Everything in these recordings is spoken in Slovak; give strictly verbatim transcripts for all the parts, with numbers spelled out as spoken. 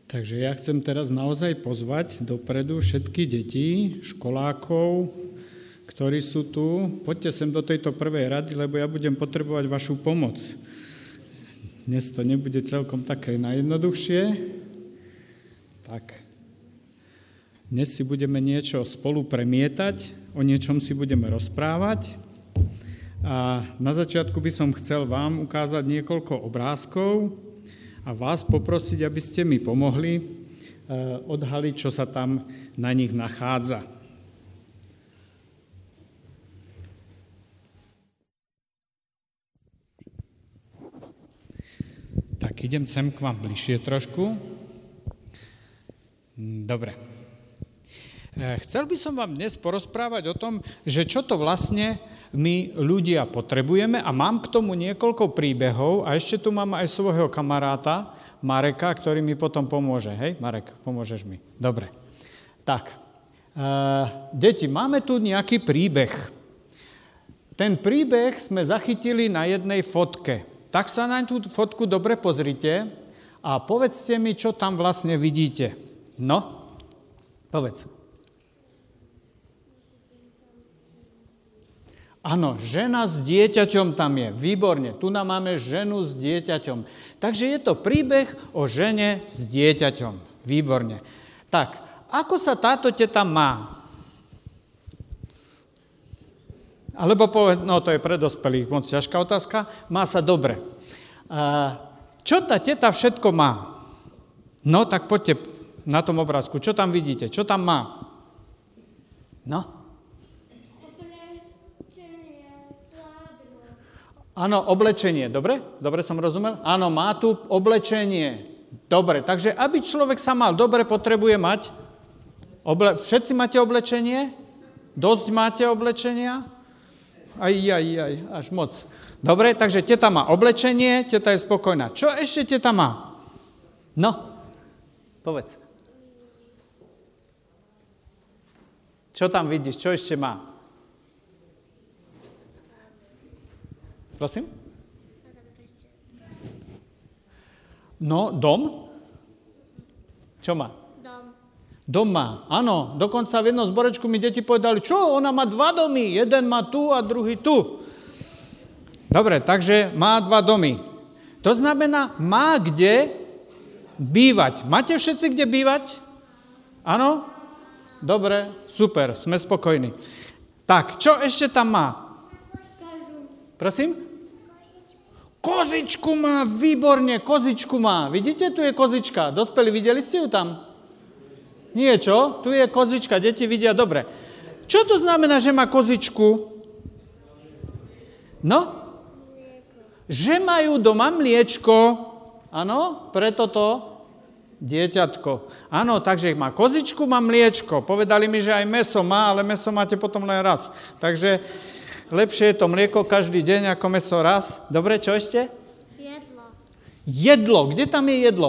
Takže ja chcem teraz naozaj pozvať dopredu všetky deti, školákov, ktorí sú tu. Poďte sem do tejto prvej rady, lebo ja budem potrebovať vašu pomoc. Dnes to nebude celkom také najjednoduchšie. Tak. Dnes si budeme niečo spolu premietať, o niečom si budeme rozprávať. A na začiatku by som chcel vám ukázať niekoľko obrázkov a vás poprosiť, aby ste mi pomohli odhaliť, čo sa tam na nich nachádza. Tak, idem sem k vám bližšie trošku. Dobre. Chcel by som vám dnes porozprávať o tom, že čo to vlastne my ľudia potrebujeme a mám k tomu niekoľko príbehov a ešte tu mám aj svojho kamaráta Mareka, ktorý mi potom pomôže. Hej, Marek, pomôžeš mi? Dobre. Tak, e, deti, máme tu nejaký príbeh. Ten príbeh sme zachytili na jednej fotke. Tak sa na tú fotku dobre pozrite a povedzte mi, čo tam vlastne vidíte. No, povedz. Áno, žena s dieťaťom tam je. Výborne. Tu nám máme ženu s dieťaťom. Takže je to príbeh o žene s dieťaťom. Výborne. Tak, ako sa táto teta má? Alebo povedz, no to je pre dospelých moc ťažká otázka. Má sa dobre. A čo tá teta všetko má? No, tak poďte na tom obrázku. Čo tam vidíte? Čo tam má? No? Áno, oblečenie. Dobre? Dobre som rozumel? Áno, má tu oblečenie. Dobre, takže aby človek sa mal dobre, potrebuje mať... Oble... Všetci máte oblečenie? Dosť máte oblečenia? Aj, aj, aj, až moc. Dobre, takže teta má oblečenie, teta je spokojná. Čo ešte teta má? No, povedz. Čo tam vidíš? Čo ešte má? Prosím? No, dom? Čo má? Dom. Dom má, áno. Dokonca v jednom zborečku mi deti povedali, čo, ona má dva domy. Jeden má tu a druhý tu. Dobre, takže má dva domy. To znamená, má kde bývať. Máte všetci kde bývať? Áno? Dobre, super, sme spokojní. Tak, čo ešte tam má? Prosím? Kozičku má, výborne, kozičku má. Vidíte, tu je kozička. Dospelí, videli ste ju tam? Nie, čo? Tu je kozička, deti vidia dobre. Čo to znamená, že má kozičku? No? Že majú doma mliečko. Áno, preto to dieťatko. Áno, takže má kozičku, má mliečko. Povedali mi, že aj mäso má, ale mäso máte potom len raz. Takže... Lepšie je to mlieko každý deň ako mäso raz. Dobre, čo ešte? Jedlo. Jedlo. Kde tam je jedlo?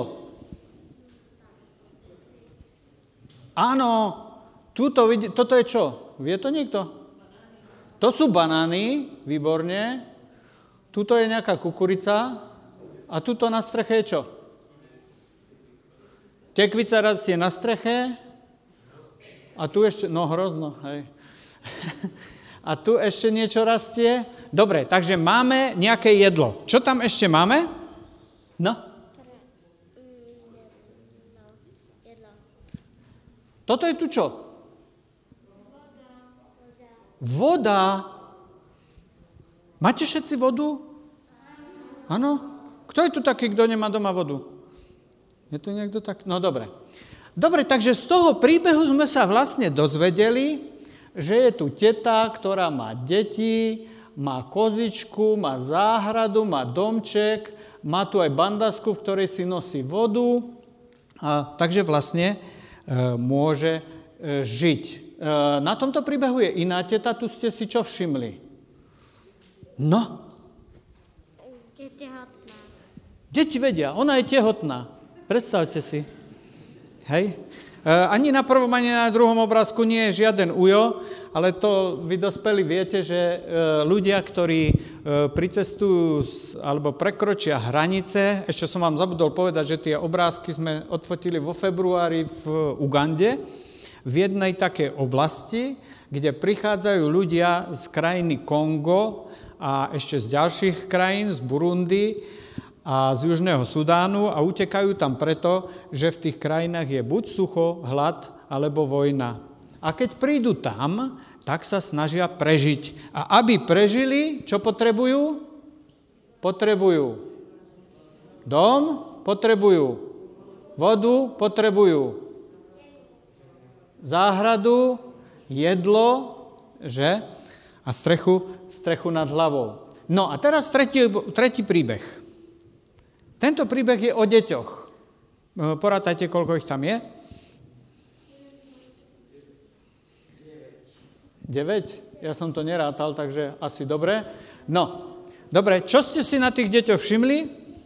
Áno, túto, toto je čo? Vie to niekto? To sú banány, výborne. Tuto je nejaká kukurica. A tuto na streche je čo? Tekvica rastie na streche. A tu ešte, no hrozno, hej. A tu ešte niečo rastie. Dobre, takže máme nejaké jedlo. Čo tam ešte máme? No? Toto je tu čo? Voda. Máte všetci vodu? Áno? Kto je tu taký, kto nemá doma vodu? Je tu niekto tak? No dobre. Dobre, takže z toho príbehu sme sa vlastne dozvedeli, že je tu teta, ktorá má deti, má kozičku, má záhradu, má domček, má tu aj bandasku, v ktorej si nosí vodu, a, takže vlastne e, môže e, žiť. E, na tomto príbehu je iná teta, tu ste si čo všimli? No? Je tehotná. Deti vedia, ona je tehotná. Predstavte si. Hej? Ani na prvom, ani na druhom obrázku nie je žiaden ujo, ale to vy dospelí viete, že ľudia, ktorí pricestujú alebo prekročia hranice, ešte som vám zabudol povedať, že tie obrázky sme odfotili vo februári v Ugande, v jednej takej oblasti, kde prichádzajú ľudia z krajiny Kongo a ešte z ďalších krajín, z Burundi a z Južného Sudánu a utekajú tam preto, že v tých krajinách je buď sucho, hlad alebo vojna. A keď prídu tam, tak sa snažia prežiť. A aby prežili, čo potrebujú? Potrebujú dom, potrebujú vodu, potrebujú záhradu, jedlo, že? A strechu, strechu nad hlavou. No a teraz tretí, tretí príbeh. Tento príbeh je o deťoch. Porátajte, koľko ich tam je? deväť. Ja som to nerátal, takže asi dobre. No, dobre, čo ste si na tých deťoch všimli?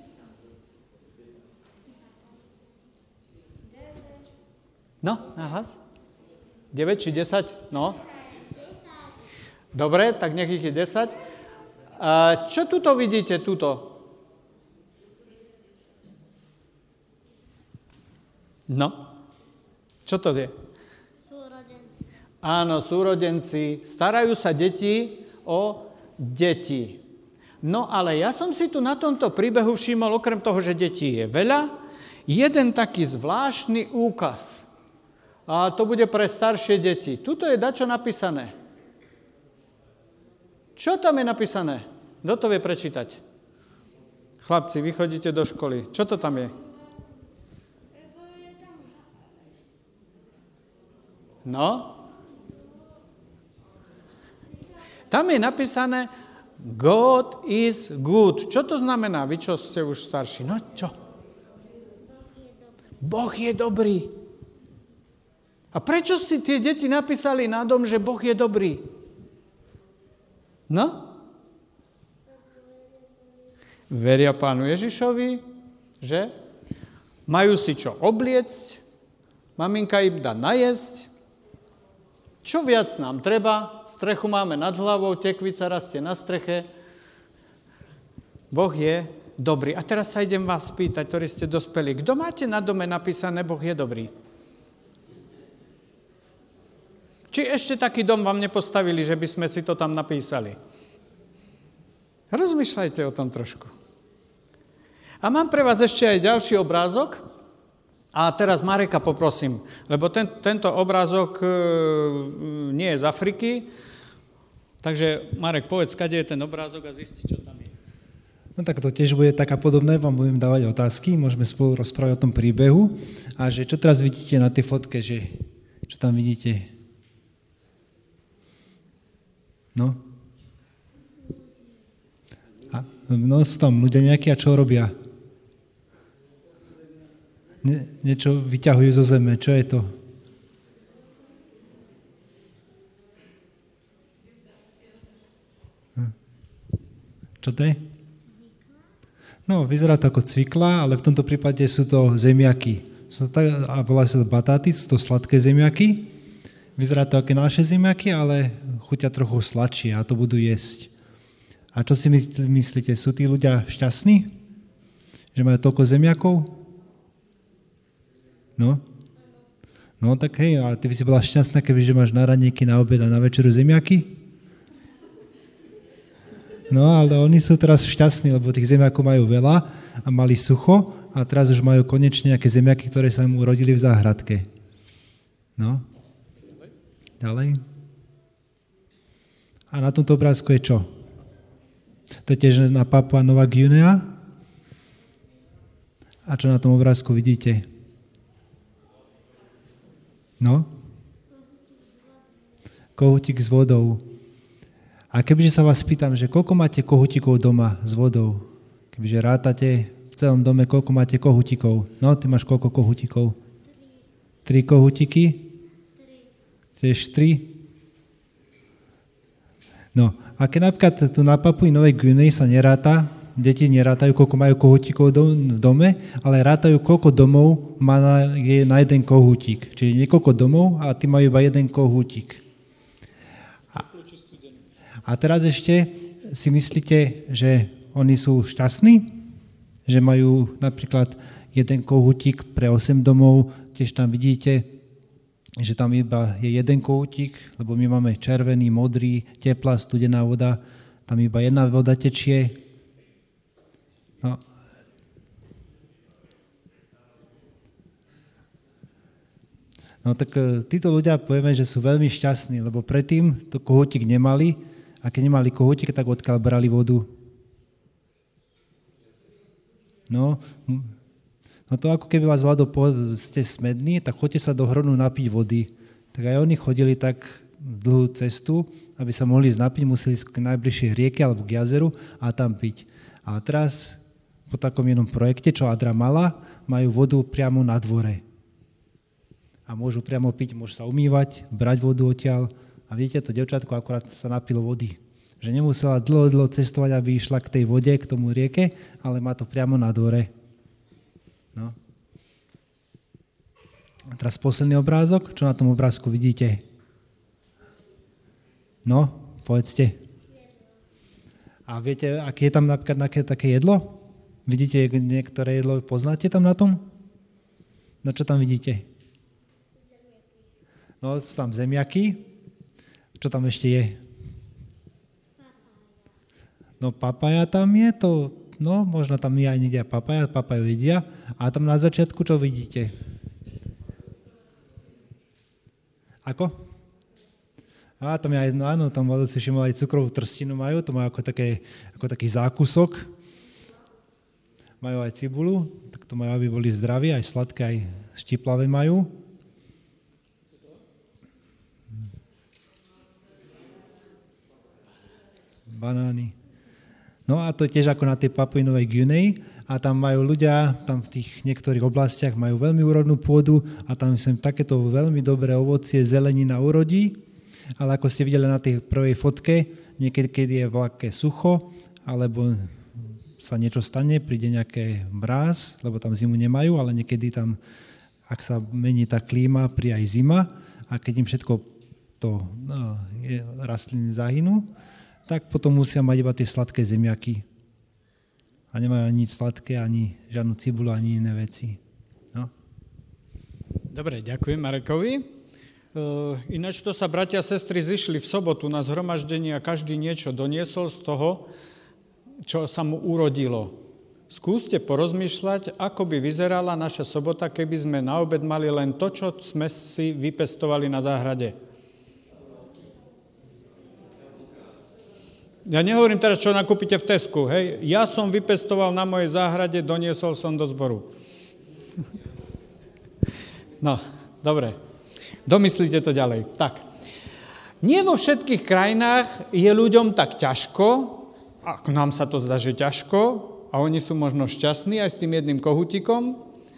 No, nahlas? deväť či desať? No. Dobre, tak nech ich je desať. A čo tuto vidíte, tuto? No, čo to je? Súrodenci. Áno, súrodenci. Starajú sa deti o deti. No, ale ja som si tu na tomto príbehu všimol, okrem toho, že detí je veľa, jeden taký zvláštny úkaz. A to bude pre staršie deti. Tuto je dačo napísané. Čo tam je napísané? Kto to vie prečítať? Chlapci, vy chodíte do školy. Čo to tam je? No? Tam je napísané God is good. Čo to znamená? Vy, čo ste už starší. No, čo? Boh je dobrý. A prečo si tie deti napísali na dom, že Boh je dobrý? No? Veria Pánu Ježišovi, že? Majú si čo obliecť, maminka im dá najesť. Čo viac nám treba? Strechu máme nad hlavou, tekvica rastie na streche. Boh je dobrý. A teraz sa idem vás spýtať, ktorí ste dospeli. Kto máte na dome napísané Boh je dobrý? Či ešte taký dom vám nepostavili, že by sme si to tam napísali? Rozmýšľajte o tom trošku. A mám pre vás ešte aj ďalší obrázok. A teraz Mareka poprosím, lebo ten, tento obrázok e, nie je z Afriky, takže Marek, povedz, kade je ten obrázok a zisti, čo tam je. No tak to tiež bude taká podobné, vám budem dávať otázky, môžeme spolu rozprávať o tom príbehu. A že čo teraz vidíte na tej fotke, že čo tam vidíte? No? A, no sú tam ľudia nejakí a čo robia? Nie, niečo vyťahujú zo zeme. Čo je to? Čo to je? No, vyzerá to ako cvikla, ale v tomto prípade sú to zemiaky. Sú to tak, a volajú sa to batáty, sú to sladké zemiaky. Vyzerá to ako naše zemiaky, ale chutia trochu sladšie a to budú jesť. A čo si myslíte? Sú tí ľudia šťastní? Že majú toľko zemiakov? No? No tak hej, a ty by si bola šťastná, kebyže máš na raňajky, na obed a na večeru zemiaky? No, ale oni sú teraz šťastní, lebo tých zemiakov majú veľa a mali sucho a teraz už majú konečne nejaké zemiaky, ktoré sa im urodili v záhradke. No? Ďalej. A na tomto obrázku je čo? To je tiež na Papua Nová Guinea. A čo na tom obrázku vidíte? No? Kohútik s vodou. A kebyže sa vás pýtam, že koľko máte kohútikov doma s vodou? Kebyže rátate v celom dome, koľko máte kohútikov? No, ty máš koľko kohútikov? Tri kohútiky? Chceš tri? No, a keď napríklad tu na Papui Novej Guinei sa neráta deti nerátajú, koľko majú kohútikov v dome, ale rátajú, koľko domov má na, je na jeden kohútik. Čiže niekoľko domov a tí majú iba jeden kohútik. A, a teraz ešte si myslíte, že oni sú šťastní? Že majú napríklad jeden kohútik pre osem domov, tiež tam vidíte, že tam iba je jeden kohútik, lebo my máme červený, modrý, teplá, studená voda, tam iba jedna voda tečie. No. No tak títo ľudia povieme, že sú veľmi šťastní, lebo predtým to kohútik nemali a keď nemali kohútik, tak odkiaľ brali vodu? No, no to ako keby vás vládol, ste smední, tak choďte sa do hronu napiť vody. Tak aj oni chodili tak dlhú cestu, aby sa mohli ísť napiť, museli ísť k najbližšej rieke alebo k jazeru a tam piť. A teraz po takom jednom projekte, čo Adra mala, majú vodu priamo na dvore. A môžu priamo piť, môžu sa umývať, brať vodu odtiaľ. A vidíte, to dievčatko akurát sa napilo vody. Že nemusela dlho, dlho cestovať, aby išla k tej vode, k tomu rieke, ale má to priamo na dvore. No. A teraz posledný obrázok. Čo na tom obrázku vidíte? No, povedzte. A viete, aké je tam napríklad také, také jedlo? Vidíte niektoré jedlo, poznáte tam na tom? No čo tam vidíte? No, sú tam zemiaky. Čo tam ešte je? No, papaja tam je, to, no, možno tam aj nedia papaja, papaju jedia. A tam na začiatku čo vidíte? Ako? A tam je aj, no áno, tam si všimol aj cukrovú trstinu majú, to majú ako, také, ako taký zákusok. Majú aj cibulu, tak to majú, aby boli zdraví, aj sladké, aj štiplavé majú. Banány. No a to tiež ako na tej Papuinovej Guinei a tam majú ľudia, tam v tých niektorých oblastiach majú veľmi úrodnú pôdu a tam sem takéto veľmi dobré ovocie, zelenina urodí. Ale ako ste videli na tej prvej fotke, niekedy, keď je veľké sucho, alebo sa niečo stane, príde nejaké mráz, lebo tam zimu nemajú, ale niekedy tam, ak sa mení tá klíma, príde aj zima a keď im všetko to no, je, rastliny zahynú, tak potom musia mať iba tie sladké zemiaky. A nemajú ani nič sladké, ani žiadnu cibulu, ani iné veci. No. Dobre, ďakujem Marekovi. Ináč to sa bratia a sestry zišli v sobotu na zhromaždenie a každý niečo doniesol z toho, čo sa mu urodilo. Skúste porozmýšľať, ako by vyzerala naša sobota, keby sme na obed mali len to, čo sme si vypestovali na záhrade. Ja nehovorím teraz, čo nakúpite v Tesku, hej. Ja som vypestoval na mojej záhrade, doniesol som do zboru. No, dobre. Domyslíte to ďalej. Tak. Nie vo všetkých krajinách je ľuďom tak ťažko, ako nám sa to zdá, že ťažko, a oni sú možno šťastní aj s tým jedným kohútikom,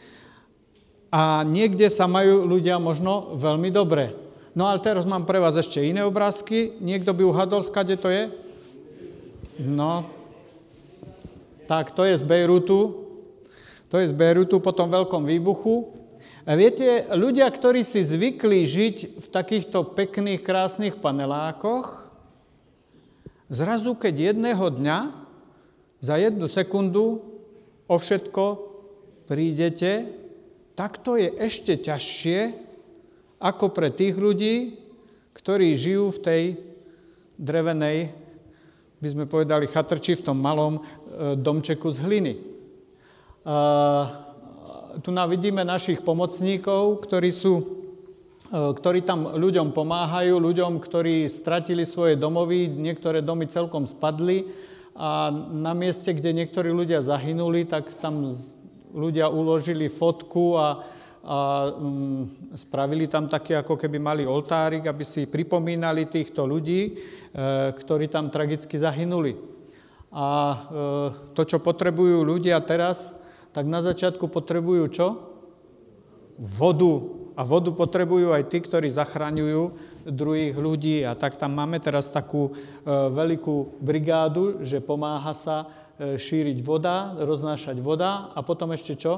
a niekde sa majú ľudia možno veľmi dobre. No ale teraz mám pre vás ešte iné obrázky. Niekto by uhadol, skade to je? No, tak to je z Bejrutu. To je z Bejrutu po tom veľkom výbuchu. A viete, ľudia, ktorí si zvykli žiť v takýchto pekných, krásnych panelákoch, zrazu, keď jedného dňa, za jednu sekundu o všetko prídete, tak to je ešte ťažšie, ako pre tých ľudí, ktorí žijú v tej drevenej, by sme povedali, chatrči, v tom malom e, domčeku z hliny. E, Tu nám vidíme našich pomocníkov, ktorí, sú, ktorí tam ľuďom pomáhajú, ľuďom, ktorí stratili svoje domovy, niektoré domy celkom spadli a na mieste, kde niektorí ľudia zahynuli, tak tam ľudia uložili fotku a, a um, spravili tam taký, ako keby mali oltárik, aby si pripomínali týchto ľudí, e, ktorí tam tragicky zahynuli. A e, to, čo potrebujú ľudia teraz, tak na začiatku potrebujú čo? Vodu. A vodu potrebujú aj tí, ktorí zachraňujú druhých ľudí. A tak tam máme teraz takú e, veľkú brigádu, že pomáha sa šíriť voda, roznášať voda a potom ešte čo?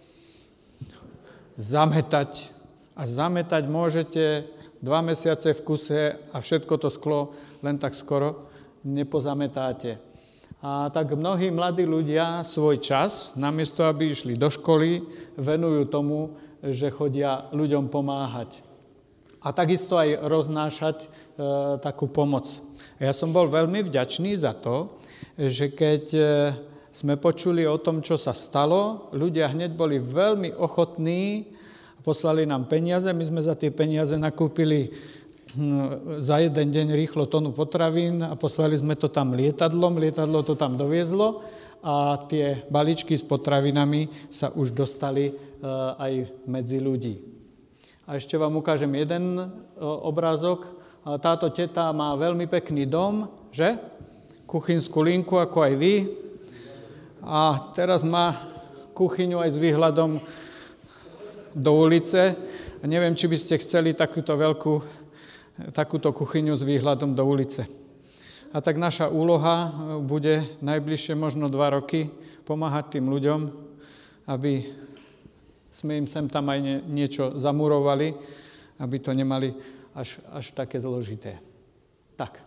Zametať. A zametať môžete dva mesiace v kuse a všetko to sklo len tak skoro nepozametáte. A tak mnohí mladí ľudia svoj čas, namiesto aby išli do školy, venujú tomu, že chodia ľuďom pomáhať. A takisto aj roznášať e, takú pomoc. A ja som bol veľmi vďačný za to, že keď e, sme počuli o tom, čo sa stalo, ľudia hneď boli veľmi ochotní, poslali nám peniaze, my sme za tie peniaze nakúpili hm, za jeden deň rýchlo tonu potravín a poslali sme to tam lietadlom, lietadlo to tam doviezlo a tie balíčky s potravinami sa už dostali e, aj medzi ľudí. A ešte vám ukážem jeden obrázok. Táto teta má veľmi pekný dom, že? Kuchynskú linku, ako aj vy. A teraz má kuchyňu aj s výhľadom do ulice. A neviem, či by ste chceli takúto veľkú, takúto kuchyňu s výhľadom do ulice. A tak naša úloha bude najbližšie možno dva roky pomáhať tým ľuďom, aby sme im sem tam aj nie, niečo zamurovali, aby to nemali až, až také zložité. Tak.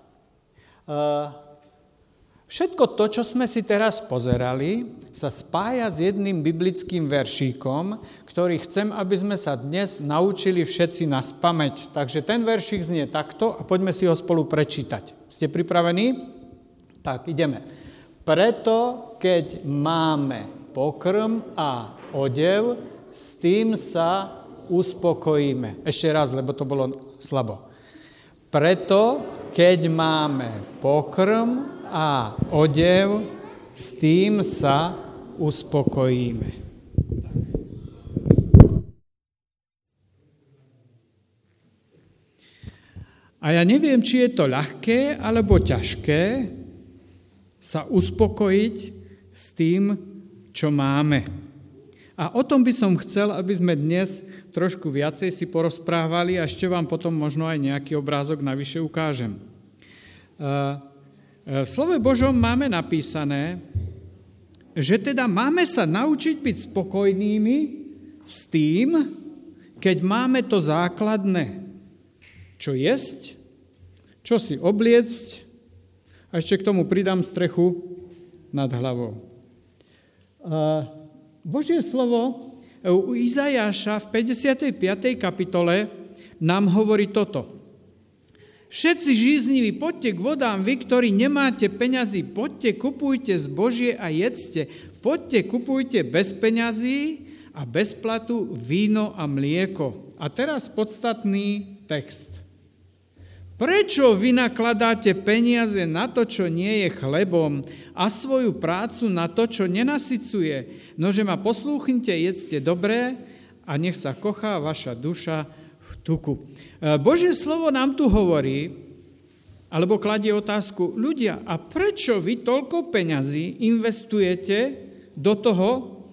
Všetko to, čo sme si teraz pozerali, sa spája s jedným biblickým veršíkom, ktorý chcem, aby sme sa dnes naučili všetci naspamäť. Takže ten veršík znie takto a poďme si ho spolu prečítať. Ste pripravení? Tak, ideme. Preto, keď máme pokrm a odev, s tým sa uspokojíme. Ešte raz, lebo to bolo slabo. Preto, keď máme pokrm a odev, s tým sa uspokojíme. A ja neviem, či je to ľahké alebo ťažké sa uspokojiť s tým, čo máme. A o tom by som chcel, aby sme dnes trošku viacej si porozprávali a ešte vám potom možno aj nejaký obrázok navyše ukážem. V slove Božom máme napísané, že teda máme sa naučiť byť spokojnými s tým, keď máme to základné, čo jesť, čo si obliecť a ešte k tomu pridám strechu nad hlavou. Božie slovo u Izajáša v päťdesiatej piatej kapitole nám hovorí toto. Všetci žízniví, poďte k vodám, vy, ktorí nemáte peňazí, poďte, kupujte zbožie a jedzte. Poďte, kupujte bez peňazí a bez platu víno a mlieko. A teraz podstatný text. Prečo vy nakladáte peniaze na to, čo nie je chlebom a svoju prácu na to, čo nenasycuje? Nože ma poslúchnite, jedzte dobré a nech sa kochá vaša duša v tuku. Božie slovo nám tu hovorí, alebo kladie otázku, ľudia, a prečo vy toľko peňazí investujete do toho,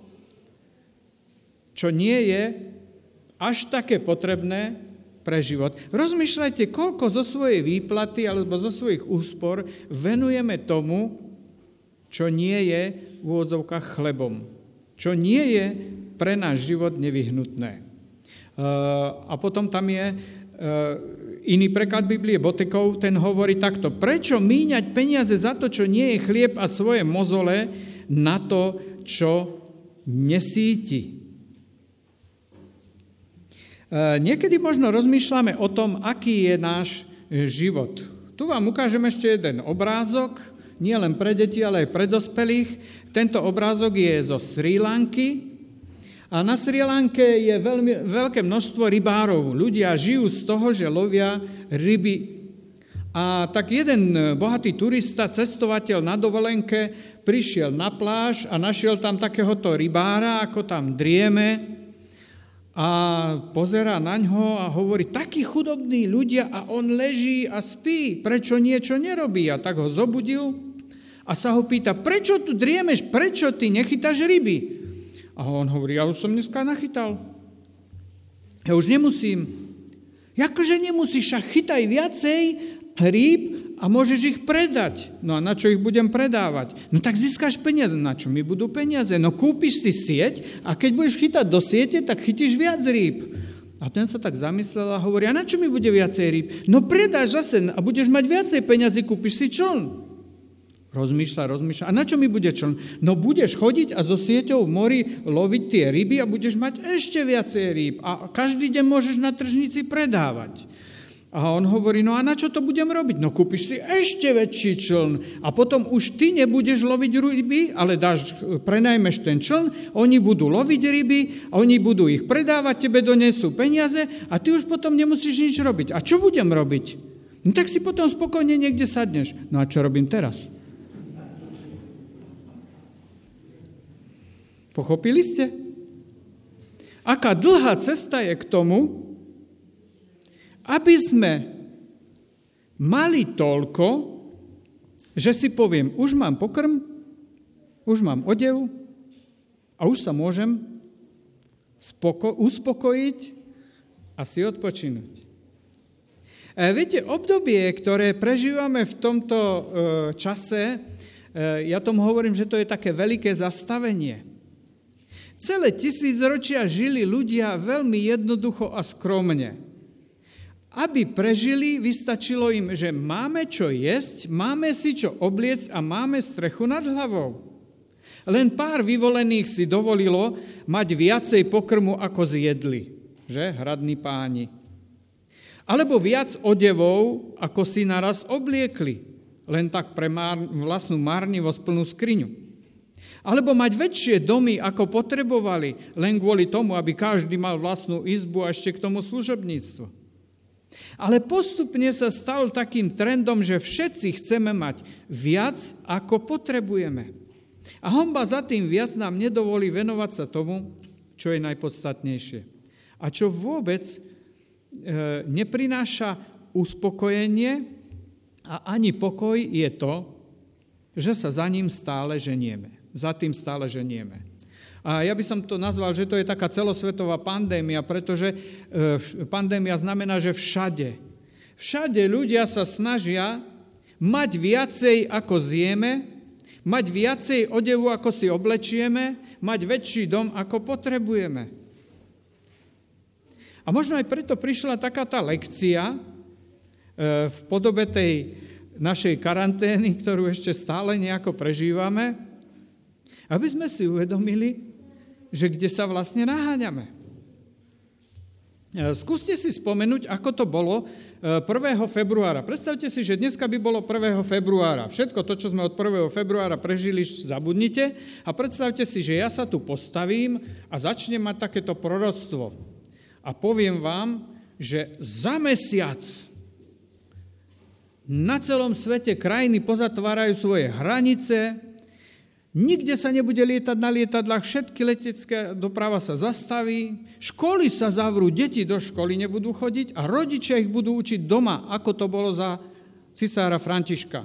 čo nie je až také potrebné pre život. Rozmýšľajte, koľko zo svojej výplaty alebo zo svojich úspor venujeme tomu, čo nie je v úvodzovkách chlebom, čo nie je pre náš život nevyhnutné. A potom tam je iný preklad Biblie, Botekov, ten hovorí takto. Prečo míňať peniaze za to, čo nie je chlieb a svoje mozole na to, čo nesíti? Niekedy možno rozmýšľame o tom, aký je náš život. Tu vám ukážem ešte jeden obrázok, nie len pre deti, ale aj pre dospelých. Tento obrázok je zo Srí Lanky a na Srí Lanke je veľmi, veľké množstvo rybárov. Ľudia žijú z toho, že lovia ryby. A tak jeden bohatý turista, cestovateľ na dovolenke, prišiel na pláž a našiel tam takéhoto rybára, ako tam drieme, a pozerá na ňo a hovorí, takí chudobní ľudia a on leží a spí, prečo niečo nerobí? A tak ho zobudil a sa ho pýta, prečo tu driemeš, prečo ty nechytáš ryby? A on hovorí, ja už som dneska nachytal. Ja už nemusím. Jakože nemusíš, a chytaj viacej rýb a môžeš ich predať. No a na čo ich budem predávať? No tak získaš peniaze. Na čo mi budú peniaze? No kúpiš si sieť a keď budeš chytať do siete, tak chytíš viac rýb. A ten sa tak zamyslel a hovorí, a na čo mi bude viacej rýb? No predáš zase a budeš mať viacej peniazy, kúpiš si čln. Rozmýšľa, rozmýšľa. A na čo mi bude čln? No budeš chodiť a so sieťou v mori loviť tie ryby a budeš mať ešte viacej rýb. A každý deň môžeš na tržnici predávať. A on hovorí, no a na čo to budem robiť? No kúpiš si ešte väčší čln a potom už ty nebudeš loviť ryby, ale dáš, prenajmeš ten čln, oni budú loviť ryby a oni budú ich predávať, tebe donesú peniaze a ty už potom nemusíš nič robiť. A čo budem robiť? No tak si potom spokojne niekde sadneš. No a čo robím teraz? Pochopili ste? Aká dlhá cesta je k tomu, aby sme mali toľko, že si poviem, už mám pokrm, už mám odev a už sa môžem spoko- uspokojiť a si odpočinúť. E, viete, obdobie, ktoré prežívame v tomto e, čase, e, ja tomu hovorím, že to je také veľké zastavenie. Celé tisícročia žili ľudia veľmi jednoducho a skromne. Aby prežili, vystačilo im, že máme čo jesť, máme si čo obliecť a máme strechu nad hlavou. Len pár vyvolených si dovolilo mať viacej pokrmu, ako zjedli, že, hradní páni. Alebo viac odevov, ako si naraz obliekli, len tak pre már, vlastnú márnivosť plnú skriňu. Alebo mať väčšie domy, ako potrebovali, len kvôli tomu, aby každý mal vlastnú izbu a ešte k tomu služobníctvo. Ale postupne sa stal takým trendom, že všetci chceme mať viac, ako potrebujeme. A honba za tým viac nám nedovolí venovať sa tomu, čo je najpodstatnejšie. A čo vôbec e, neprináša uspokojenie a ani pokoj je to, že sa za ním stále ženieme. Za tým stále ženieme. A ja by som to nazval, že to je taká celosvetová pandémia, pretože pandémia znamená, že všade. Všade ľudia sa snažia mať viacej, ako zjeme, mať viacej odevu, ako si oblečieme, mať väčší dom, ako potrebujeme. A možno aj preto prišla taká tá lekcia v podobe tej našej karantény, ktorú ešte stále nejako prežívame, aby sme si uvedomili, že kde sa vlastne naháňame. Skúste si spomenúť, ako to bolo prvého februára. Predstavte si, že dneska by bolo prvého februára. Všetko to, čo sme od prvého februára prežili, zabudnite a predstavte si, že ja sa tu postavím a začnem mať takéto proroctvo. A poviem vám, že za mesiac na celom svete krajiny pozatvárajú svoje hranice, nikde sa nebude lietať na lietadlách, všetky letecká doprava sa zastaví, školy sa zavrú, deti do školy nebudú chodiť a rodičia ich budú učiť doma, ako to bolo za cisára Františka.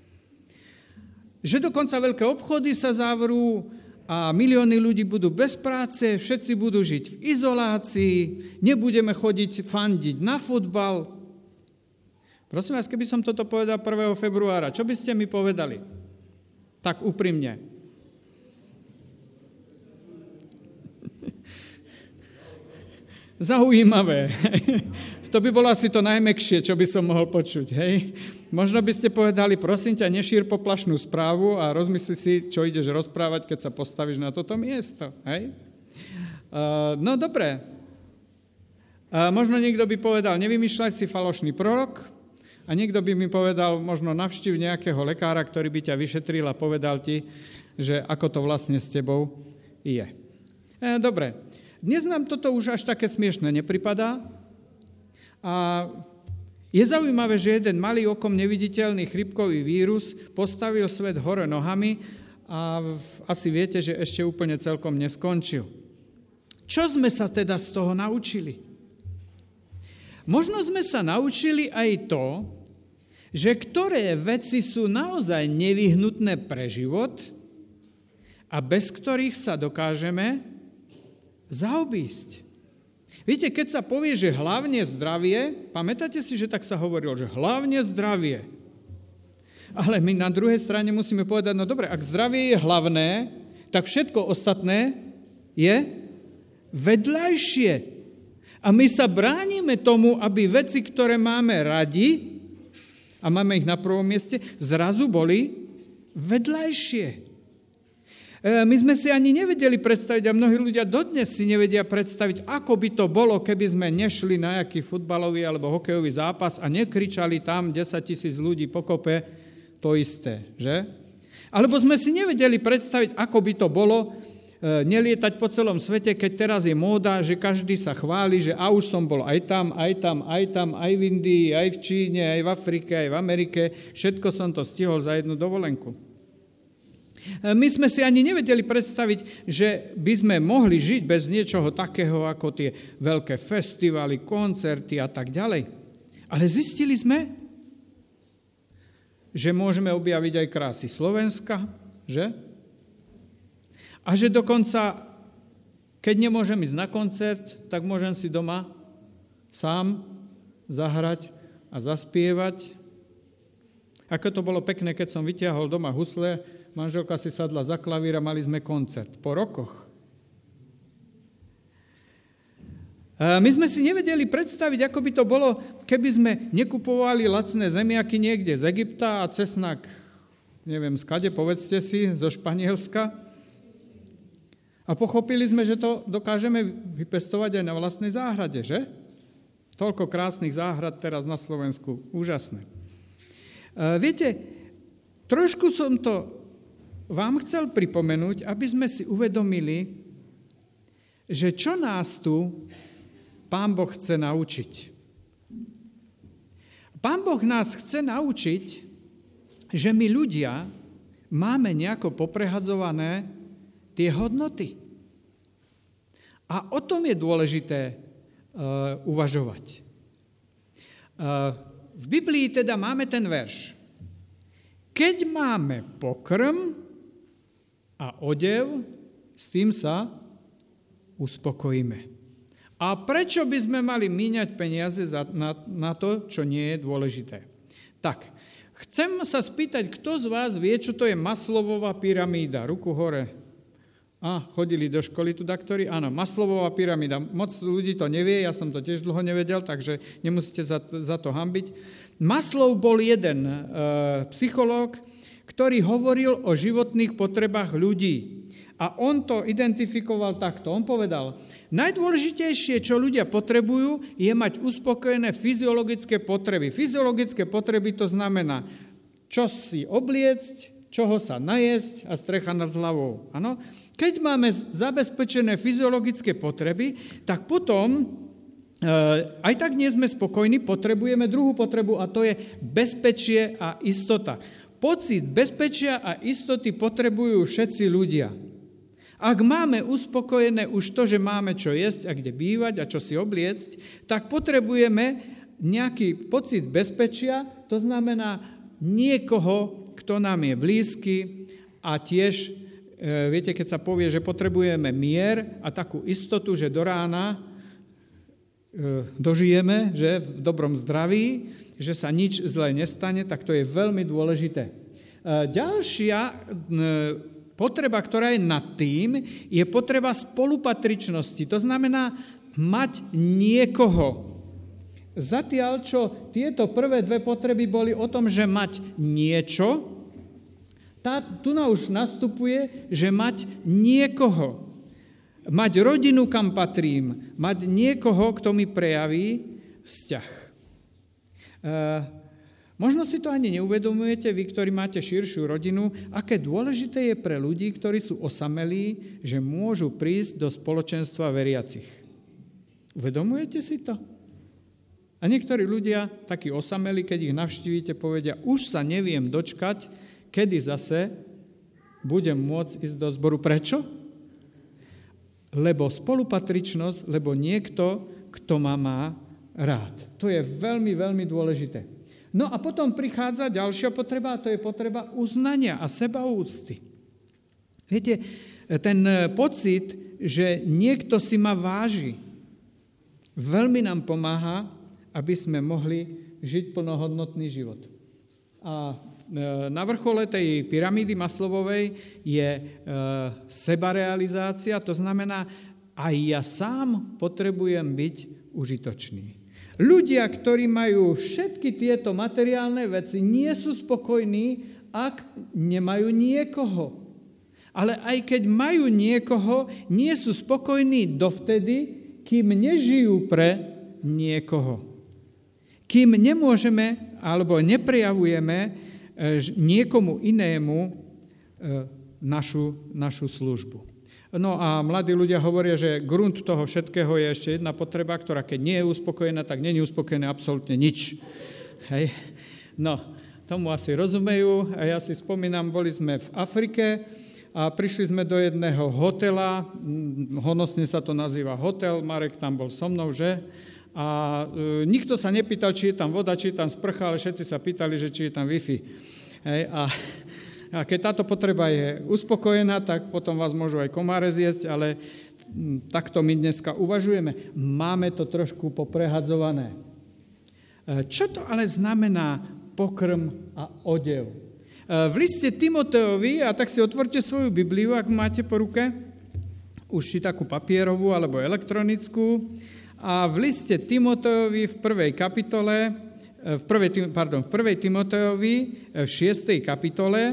Že dokonca veľké obchody sa zavrú a milióny ľudí budú bez práce, všetci budú žiť v izolácii, nebudeme chodiť fandiť na futbal. Prosím vás, keby som toto povedal prvého februára, čo by ste mi povedali? Tak úprimne. Zaujímavé. To by bolo asi to najmäkšie, čo by som mohol počuť. Hej? Možno by ste povedali, prosím ťa, nešír poplašnú správu a rozmysli si, čo ideš rozprávať, keď sa postavíš na toto miesto. Hej? Uh, no dobre. Uh, možno niekto by povedal, nevymýšľaj si falošný prorok, a niekto by mi povedal, možno navštív nejakého lekára, ktorý by ťa vyšetril a povedal ti, že ako to vlastne s tebou je. E, dobre, dnes nám toto už až také smiešné nepripadá. A je zaujímavé, že jeden malý okom neviditeľný chrypkový vírus postavil svet hore nohami a asi viete, že ešte úplne celkom neskončil. Čo sme sa teda z toho naučili? Možno sme sa naučili aj to, že ktoré veci sú naozaj nevyhnutné pre život a bez ktorých sa dokážeme zaobísť. Viete, keď sa povie, že hlavne zdravie, pamätáte si, že tak sa hovorilo, že hlavne zdravie. Ale my na druhej strane musíme povedať, no dobre, ak zdravie je hlavné, tak všetko ostatné je vedľajšie. A my sa bránime tomu, aby veci, ktoré máme radi, a máme ich na prvom mieste, zrazu boli vedľajšie. My sme si ani nevedeli predstaviť, a mnohí ľudia dodnes si nevedia predstaviť, ako by to bolo, keby sme nešli na nejaký futbalový alebo hokejový zápas a nekričali tam desaťtisíc ľudí pokope to isté, že? Alebo sme si nevedeli predstaviť, ako by to bolo nelietať po celom svete, keď teraz je móda, že každý sa chváli, že a už som bol aj tam, aj tam, aj tam, aj v Indii, aj v Číne, aj v Afrike, aj v Amerike, všetko som to stihol za jednu dovolenku. My sme si ani nevedeli predstaviť, že by sme mohli žiť bez niečoho takého, ako tie veľké festivály, koncerty a tak ďalej. Ale zistili sme, že môžeme objaviť aj krásy Slovenska, že? A že dokonca, keď nemôžem ísť na koncert, tak môžem si doma sám zahrať a zaspievať. Ako to bolo pekné, keď som vytiahol doma husle, manželka si sadla za klavír a mali sme koncert. Po rokoch. My sme si nevedeli predstaviť, ako by to bolo, keby sme nekupovali lacné zemiaky niekde z Egypta a cesnak, neviem, skade, povedzte si, zo Španielska. A pochopili sme, že to dokážeme vypestovať aj na vlastnej záhrade, že? Toľko krásnych záhrad teraz na Slovensku. Úžasné. Viete, trošku som to vám chcel pripomenúť, aby sme si uvedomili, že čo nás tu Pán Boh chce naučiť. Pán Boh nás chce naučiť, že my ľudia máme nejako poprehadzované tie hodnoty. A o tom je dôležité uh, uvažovať. Uh, v Biblii teda máme ten verš. Keď máme pokrm a odev, s tým sa uspokojíme. A prečo by sme mali míňať peniaze za, na, na to, čo nie je dôležité? Tak, chcem sa spýtať, kto z vás vie, čo to je Maslowová pyramída? Ruku hore. A, chodili do školy tu daktori? Áno, Maslowová pyramída. Moc ľudí to nevie, ja som to tiež dlho nevedel, takže nemusíte za, za to hanbiť. Maslow bol jeden e, psychológ, ktorý hovoril o životných potrebách ľudí. A on to identifikoval takto. On povedal, najdôležitejšie, čo ľudia potrebujú, je mať uspokojené fyziologické potreby. Fyziologické potreby to znamená, čo si obliecť, čoho sa najesť a strecha nad hlavou. Ano? Keď máme zabezpečené fyziologické potreby, tak potom, e, aj tak nie sme spokojní, potrebujeme druhú potrebu a to je bezpečie a istota. Pocit bezpečia a istoty potrebujú všetci ľudia. Ak máme uspokojené už to, že máme čo jesť a kde bývať a čo si obliecť, tak potrebujeme nejaký pocit bezpečia, to znamená niekoho, kto nám je blízky a tiež, e, viete, keď sa povie, že potrebujeme mier a takú istotu, že do rána e, dožijeme, že v dobrom zdraví, že sa nič zlé nestane, tak to je veľmi dôležité. E, ďalšia e, potreba, ktorá je nad tým, je potreba spolupatričnosti. To znamená mať niekoho. Zatiaľ, čo tieto prvé dve potreby boli o tom, že mať niečo, tá, tu na už nastupuje, že mať niekoho. Mať rodinu, kam patrím. Mať niekoho, kto mi prejaví vzťah. E, Možno si to ani neuvedomujete, vy, ktorí máte širšiu rodinu, aké dôležité je pre ľudí, ktorí sú osamelí, že môžu prísť do spoločenstva veriacich. Uvedomujete si to? A niektorí ľudia, takí osamelí, keď ich navštívite, povedia, už sa neviem dočkať, kedy zase budem môcť ísť do zboru. Prečo? Lebo spolupatričnosť, lebo niekto, kto ma má rád. To je veľmi, veľmi dôležité. No a potom prichádza ďalšia potreba, a to je potreba uznania a sebaúcty. Viete, ten pocit, že niekto si ma váži, veľmi nám pomáha, aby sme mohli žiť plnohodnotný život. A na vrchole tej pyramídy Maslowovej je sebarealizácia, to znamená, aj ja sám potrebujem byť užitočný. Ľudia, ktorí majú všetky tieto materiálne veci, nie sú spokojní, ak nemajú niekoho. Ale aj keď majú niekoho, nie sú spokojní dovtedy, kým nežijú pre niekoho. Kým nemôžeme alebo neprejavujeme niekomu inému našu, našu službu. No a mladí ľudia hovoria, že grunt toho všetkého je ešte jedna potreba, ktorá keď nie je uspokojená, tak nie je uspokojené absolútne nič. Hej. No, tomu asi rozumejú. A ja si spomínam, boli sme v Afrike a prišli sme do jedného hotela, honosne sa to nazýva hotel, Marek tam bol so mnou, že? A e, nikto sa nepýtal, či je tam voda, či je tam sprcha, ale všetci sa pýtali, že či je tam Wi-Fi. Hej, a, a keď táto potreba je uspokojená, tak potom vás môžu aj komáre zjesť, ale m, takto my dneska uvažujeme. Máme to trošku poprehadzované. E, čo to ale znamená pokrm a odev? E, v liste Timoteovi, a tak si otvorte svoju Bibliu, ak máte po ruke, už si takú papierovú alebo elektronickú, a v liste Timoteovi v prvej kapitole, v prvej, pardon, v prvej Timoteovi v šiestej kapitole,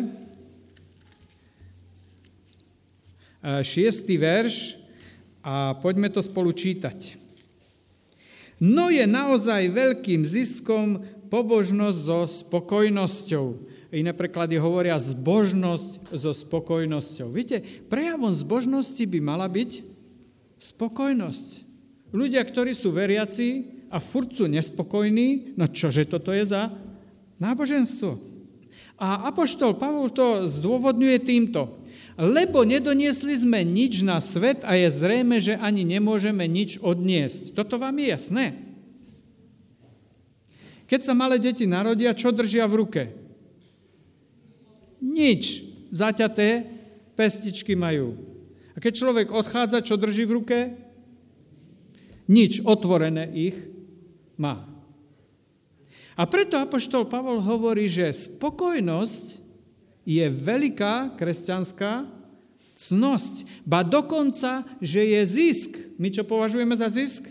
šiestý verš, a poďme to spolu čítať. No je naozaj veľkým ziskom pobožnosť so spokojnosťou. Iné preklady hovoria zbožnosť so spokojnosťou. Viete, prejavom zbožnosti by mala byť spokojnosť. Ľudia, ktorí sú veriaci a furt sú nespokojní, no čože toto je za náboženstvo? A apoštol Pavol to zdôvodňuje týmto. Lebo nedoniesli sme nič na svet a je zrejme, že ani nemôžeme nič odniesť. Toto vám je jasné? Keď sa malé deti narodia, čo držia v ruke? Nič. Zaťaté pestičky majú. A keď človek odchádza, čo drží v ruke? Nič, otvorené ich má. A preto apoštol Pavol hovorí, že spokojnosť je veľká kresťanská cnosť. Ba dokonca, že je zisk. My čo považujeme za zisk?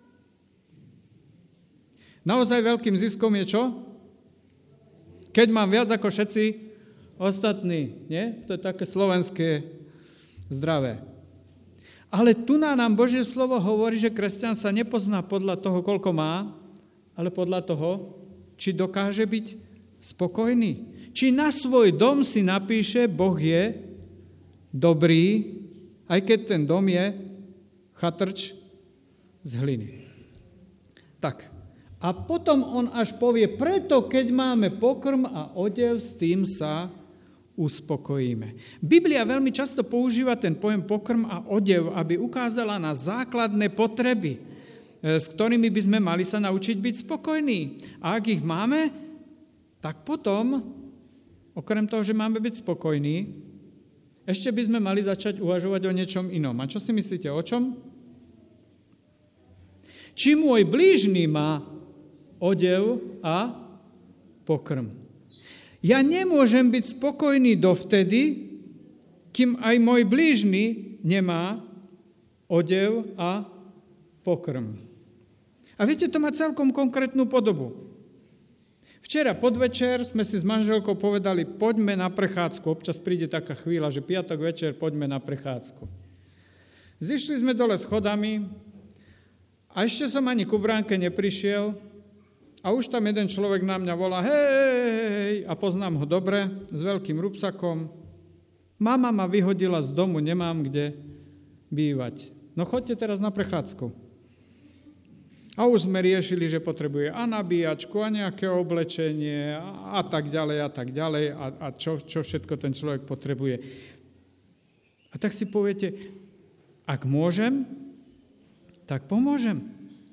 Naozaj veľkým ziskom je čo? Keď mám viac ako všetci ostatní. Nie? To je také slovenské zdravé. Ale tu nám Božie slovo hovorí, že kresťan sa nepozná podľa toho, koľko má, ale podľa toho, či dokáže byť spokojný. Či na svoj dom si napíše, Boh je dobrý, aj keď ten dom je chatrč z hliny. Tak. A potom on až povie, preto keď máme pokrm a odev, s tým sa uspokojíme. Biblia veľmi často používa ten pojem pokrm a odev, aby ukázala na základné potreby, s ktorými by sme mali sa naučiť byť spokojní. A ak ich máme, tak potom, okrem toho, že máme byť spokojní, ešte by sme mali začať uvažovať o niečom inom. A čo si myslíte, o čom? Či môj blížny má odev a pokrm. Ja nemôžem byť spokojný dovtedy, kým aj môj blížny nemá odev a pokrm. A viete, to má celkom konkrétnu podobu. Včera podvečer sme si s manželkou povedali, poďme na prechádzku. Občas príde taká chvíľa, že piatok večer poďme na prechádzku. Zišli sme dole schodami a ešte som ani ku bránke neprišiel, a už tam jeden človek na mňa volá, hej, a poznám ho dobre, s veľkým rúbsakom. Mama ma vyhodila z domu, nemám kde bývať. No choďte teraz na prechádzku. A už sme riešili, že potrebuje a nabíjačku, a nejaké oblečenie, a, a tak ďalej, a tak ďalej, a, a čo, čo všetko ten človek potrebuje. A tak si poviete, ak môžem, tak pomôžem.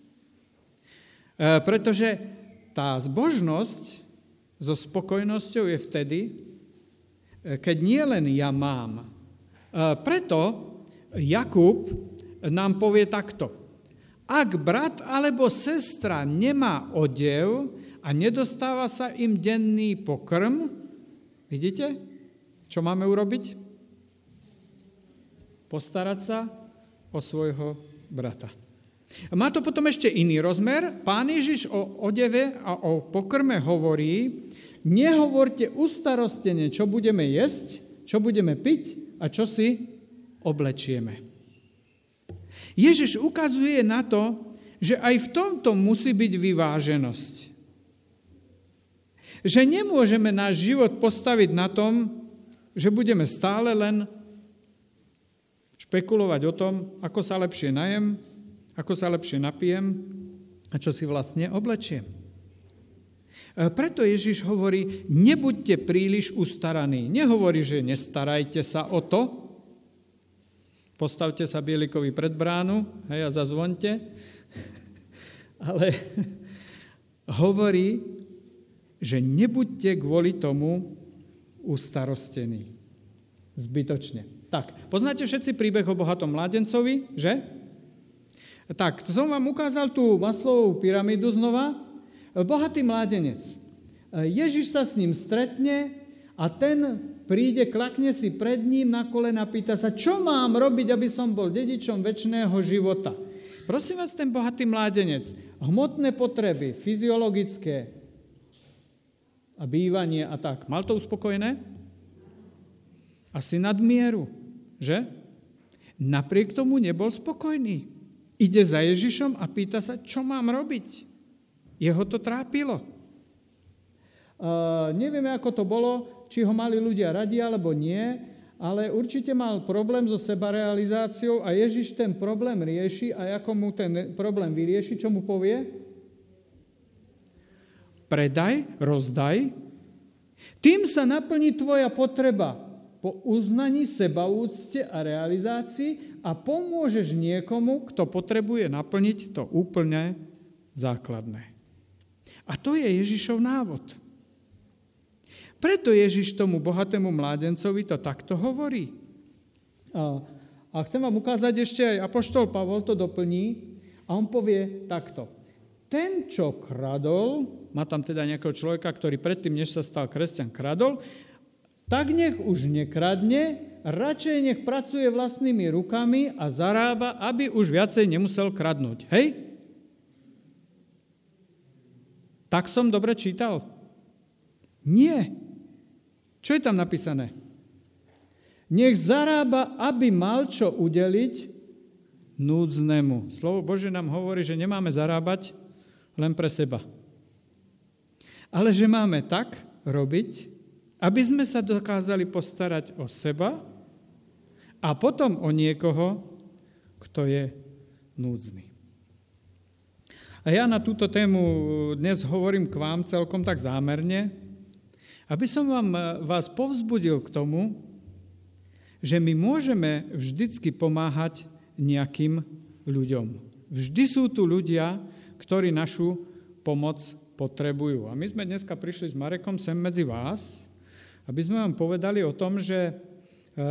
E, pretože tá zbožnosť so spokojnosťou je vtedy, keď nie len ja mám. Preto Jakub nám povie takto. Ak brat alebo sestra nemá odev a nedostáva sa im denný pokrm, Vidíte, čo máme urobiť? Postarať sa o svojho brata. Má to potom ešte iný rozmer. Pán Ježiš o odeve a o pokrme hovorí, nehovorte ustarostene, čo budeme jesť, čo budeme piť a čo si oblečieme. Ježiš ukazuje na to, že aj v tomto musí byť vyváženosť. Že nemôžeme náš život postaviť na tom, že budeme stále len špekulovať o tom, ako sa lepšie najem, ako sa lepšie napijem a čo si vlastne oblečiem. Preto Ježiš hovorí, nebuďte príliš ustaraní. Nehovorí, že nestarajte sa o to, postavte sa bielikovi pred bránu, hej, a zazvonte, ale hovorí, že nebuďte kvôli tomu ustarostení. Zbytočne. Tak, poznáte všetci príbeh o bohatom mládencovi, že? Tak, to som vám ukázal tú Maslowovú pyramídu znova. Bohatý mládenec. Ježiš sa s ním stretne a ten príde, klakne si pred ním na kolena, pýta sa, čo mám robiť, aby som bol dedičom večného života. Prosím vás, ten bohatý mládenec, hmotné potreby, fyziologické a bývanie a tak, mal to uspokojené? Asi nadmieru, že? Napriek tomu nebol spokojný. Ide za Ježišom a pýta sa, čo mám robiť? Jeho to trápilo. Uh, nevieme, ako to bolo, či ho mali ľudia radi alebo nie, ale určite mal problém so sebarealizáciou a Ježiš ten problém rieši a ako mu ten problém vyrieši, čo mu povie? Predaj, rozdaj, tým sa naplní tvoja potreba po uznaní sebaúcte a realizácii a pomôžeš niekomu, kto potrebuje naplniť to úplne základné. A to je Ježišov návod. Preto Ježiš tomu bohatému mládencovi to takto hovorí. A, a chcem vám ukázať ešte, aj apoštol Pavol to doplní a on povie takto. Ten, čo kradol, má tam teda nejakého človeka, ktorý predtým, než sa stal kresťan, kradol, tak nech už nekradne, radšej nech pracuje vlastnými rukami a zarába, aby už viacej nemusel kradnúť. Hej? Tak som dobre čítal? Nie. Čo je tam napísané? Nech zarába, aby mal čo udeliť núdznemu. Slovo Božie nám hovorí, že nemáme zarábať len pre seba. Ale že máme tak robiť, aby sme sa dokázali postarať o seba a potom o niekoho, kto je núdzny. A ja na túto tému dnes hovorím k vám celkom tak zámerne, aby som vám, vás povzbudil k tomu, že my môžeme vždycky pomáhať nejakým ľuďom. Vždy sú tu ľudia, ktorí našu pomoc potrebujú. A my sme dneska prišli s Marekom sem medzi vás, aby sme vám povedali o tom, že e, e,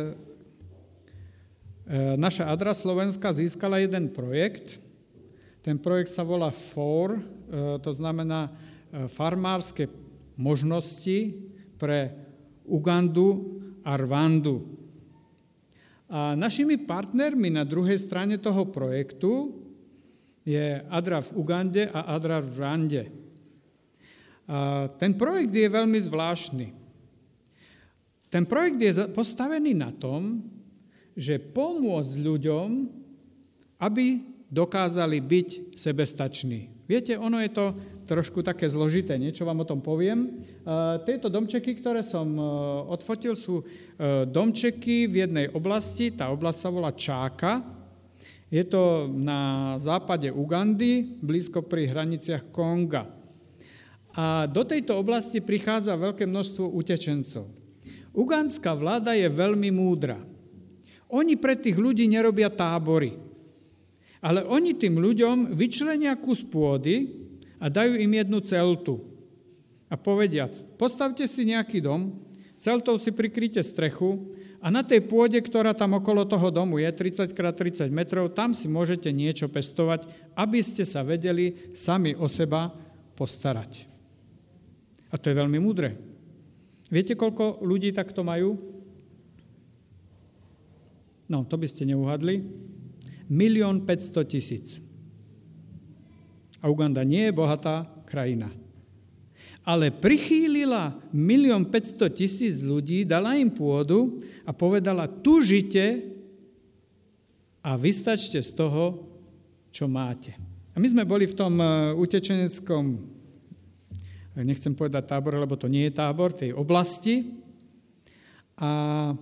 naša Adra Slovenska získala jeden projekt. Ten projekt sa volá F O R, e, to znamená e, farmárske možnosti pre Ugandu a Rwandu. A našimi partnermi na druhej strane toho projektu je Adra v Ugande a Adra v Rwande. A ten projekt je veľmi zvláštny. Ten projekt je postavený na tom, že pomôcť ľuďom, aby dokázali byť sebestační. Viete, ono je to trošku také zložité, niečo vám o tom poviem. Tieto domčeky, ktoré som odfotil, sú domčeky v jednej oblasti, tá oblasť sa volá Čáka. Je to na západe Ugandy, blízko pri hraniciach Konga. A do tejto oblasti prichádza veľké množstvo utečencov. Ugandská vláda je veľmi múdra. Oni pre tých ľudí nerobia tábory, ale oni tým ľuďom vyčlenia kus pôdy a dajú im jednu celtu. A povedia, postavte si nejaký dom, celtou si prikryjte strechu a na tej pôde, ktorá tam okolo toho domu je, tridsať krát tridsať metrov, tam si môžete niečo pestovať, aby ste sa vedeli sami o seba postarať. A to je veľmi múdre. Viete, koľko ľudí takto majú? No, to by ste neuhadli. Milión päťsto tisíc. A Uganda nie je bohatá krajina. Ale prichýlila milión päťsto tisíc ľudí, dala im pôdu a povedala, tu žite a vystačte z toho, čo máte. A my sme boli v tom utečeneckom, nechcem povedať tábor, lebo to nie je tábor, tej oblasti. A e,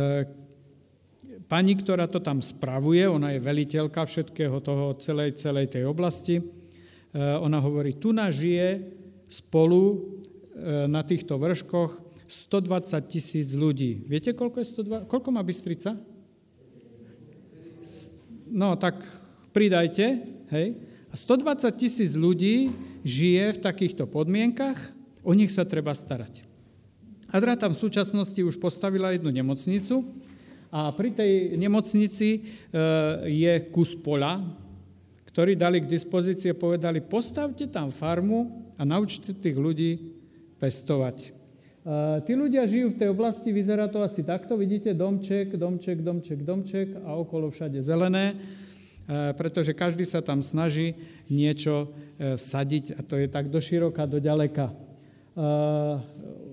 pani, ktorá to tam spravuje, ona je veliteľka všetkého toho, celej, celej tej oblasti, e, ona hovorí, tu nás žije spolu na týchto vrškoch stodvadsať tisíc ľudí. Viete, koľko je stodvadsať? Koľko má Bystrica? No, tak pridajte, hej. A stodvadsať tisíc ľudí žije v takýchto podmienkach, o nich sa treba starať. Adra tam v súčasnosti už postavila jednu nemocnicu a pri tej nemocnici je kus poľa, ktorí dali k dispozícii a povedali, postavte tam farmu a naučte tých ľudí pestovať. Uh, tí ľudia žijú v tej oblasti, vyzerá to asi takto, vidíte, domček, domček, domček, domček a okolo všade zelené, uh, pretože každý sa tam snaží niečo uh, sadiť a to je tak do široka, do ďaleka. Uh,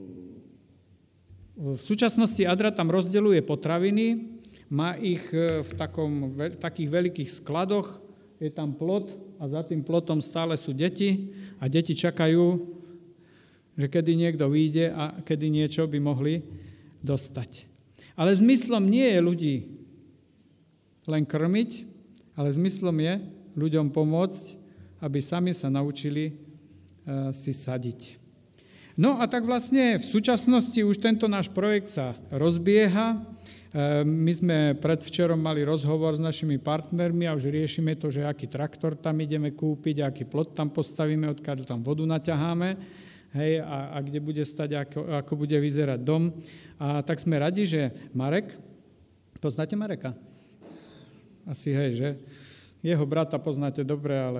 v súčasnosti Adra tam rozdeľuje potraviny, má ich v, takom, v takých veľkých skladoch, je tam plot a za tým plotom stále sú deti a deti čakajú, že kedy niekto vyjde a kedy niečo by mohli dostať. Ale zmyslom nie je ľudí len krmiť, ale zmyslom je ľuďom pomôcť, aby sami sa naučili uh, si sadiť. No a tak vlastne v súčasnosti už tento náš projekt sa rozbieha. My sme predvčerom mali rozhovor s našimi partnermi a už riešime to, že aký traktor tam ideme kúpiť, aký plot tam postavíme, odkiaľ tam vodu naťaháme, hej, a, a kde bude stať, ako, ako bude vyzerať dom. A tak sme radi, že Marek, poznáte Mareka? Asi hej, že? Jeho brata poznáte dobre, ale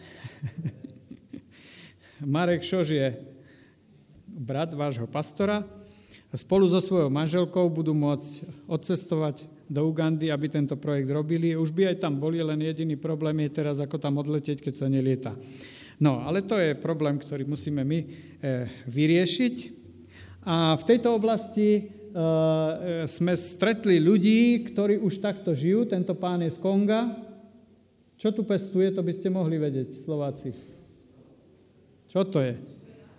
Marek Šož je brat vášho pastora, a spolu so svojou manželkou budú môcť odcestovať do Ugandy, aby tento projekt robili. Už by aj tam boli, len jediný problém je teraz, ako tam odletieť, keď sa nelieta. No, ale to je problém, ktorý musíme my e, vyriešiť. A v tejto oblasti e, sme stretli ľudí, ktorí už takto žijú. Tento pán je z Konga. Čo tu pestuje, to by ste mohli vedieť, Slováci. Čo to je?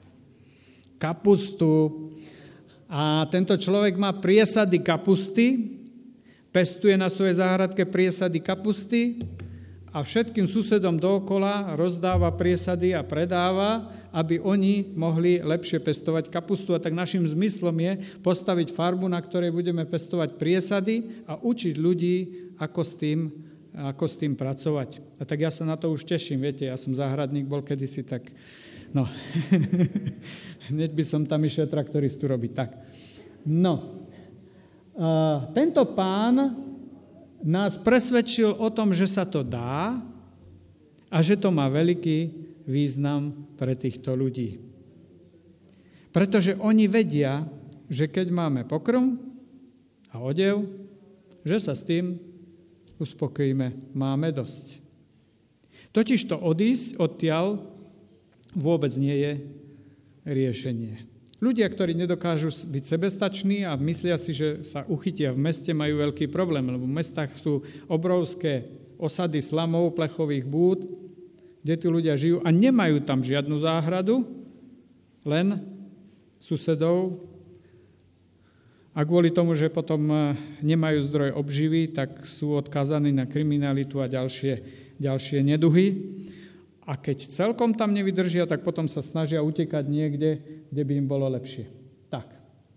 Kapustu. A tento človek má priesady kapusty, pestuje na svojej záhradke priesady kapusty a všetkým susedom dookola rozdáva priesady a predáva, aby oni mohli lepšie pestovať kapustu. A tak našim zmyslom je postaviť farmu, na ktorej budeme pestovať priesady a učiť ľudí, ako s tým, ako s tým pracovať. A tak ja sa na to už teším, viete, ja som záhradník, bol kedysi tak... No, hneď by som tam išiel traktoristu robiť. Tak. No, uh, tento pán nás presvedčil o tom, že sa to dá a že to má veľký význam pre týchto ľudí. Pretože oni vedia, že keď máme pokrm a odev, že sa s tým uspokojíme, máme dosť. Totižto odísť odtiaľ vôbec nie je riešenie. Ľudia, ktorí nedokážu byť sebestační a myslia si, že sa uchytia v meste, majú veľký problém, lebo v mestách sú obrovské osady slamov, plechových búd, kde tí ľudia žijú a nemajú tam žiadnu záhradu, len susedov. A kvôli tomu, že potom nemajú zdroj obživy, tak sú odkázaní na kriminalitu a ďalšie, ďalšie neduhy. A keď celkom tam nevydržia, tak potom sa snažia utekať niekde, kde by im bolo lepšie. Tak.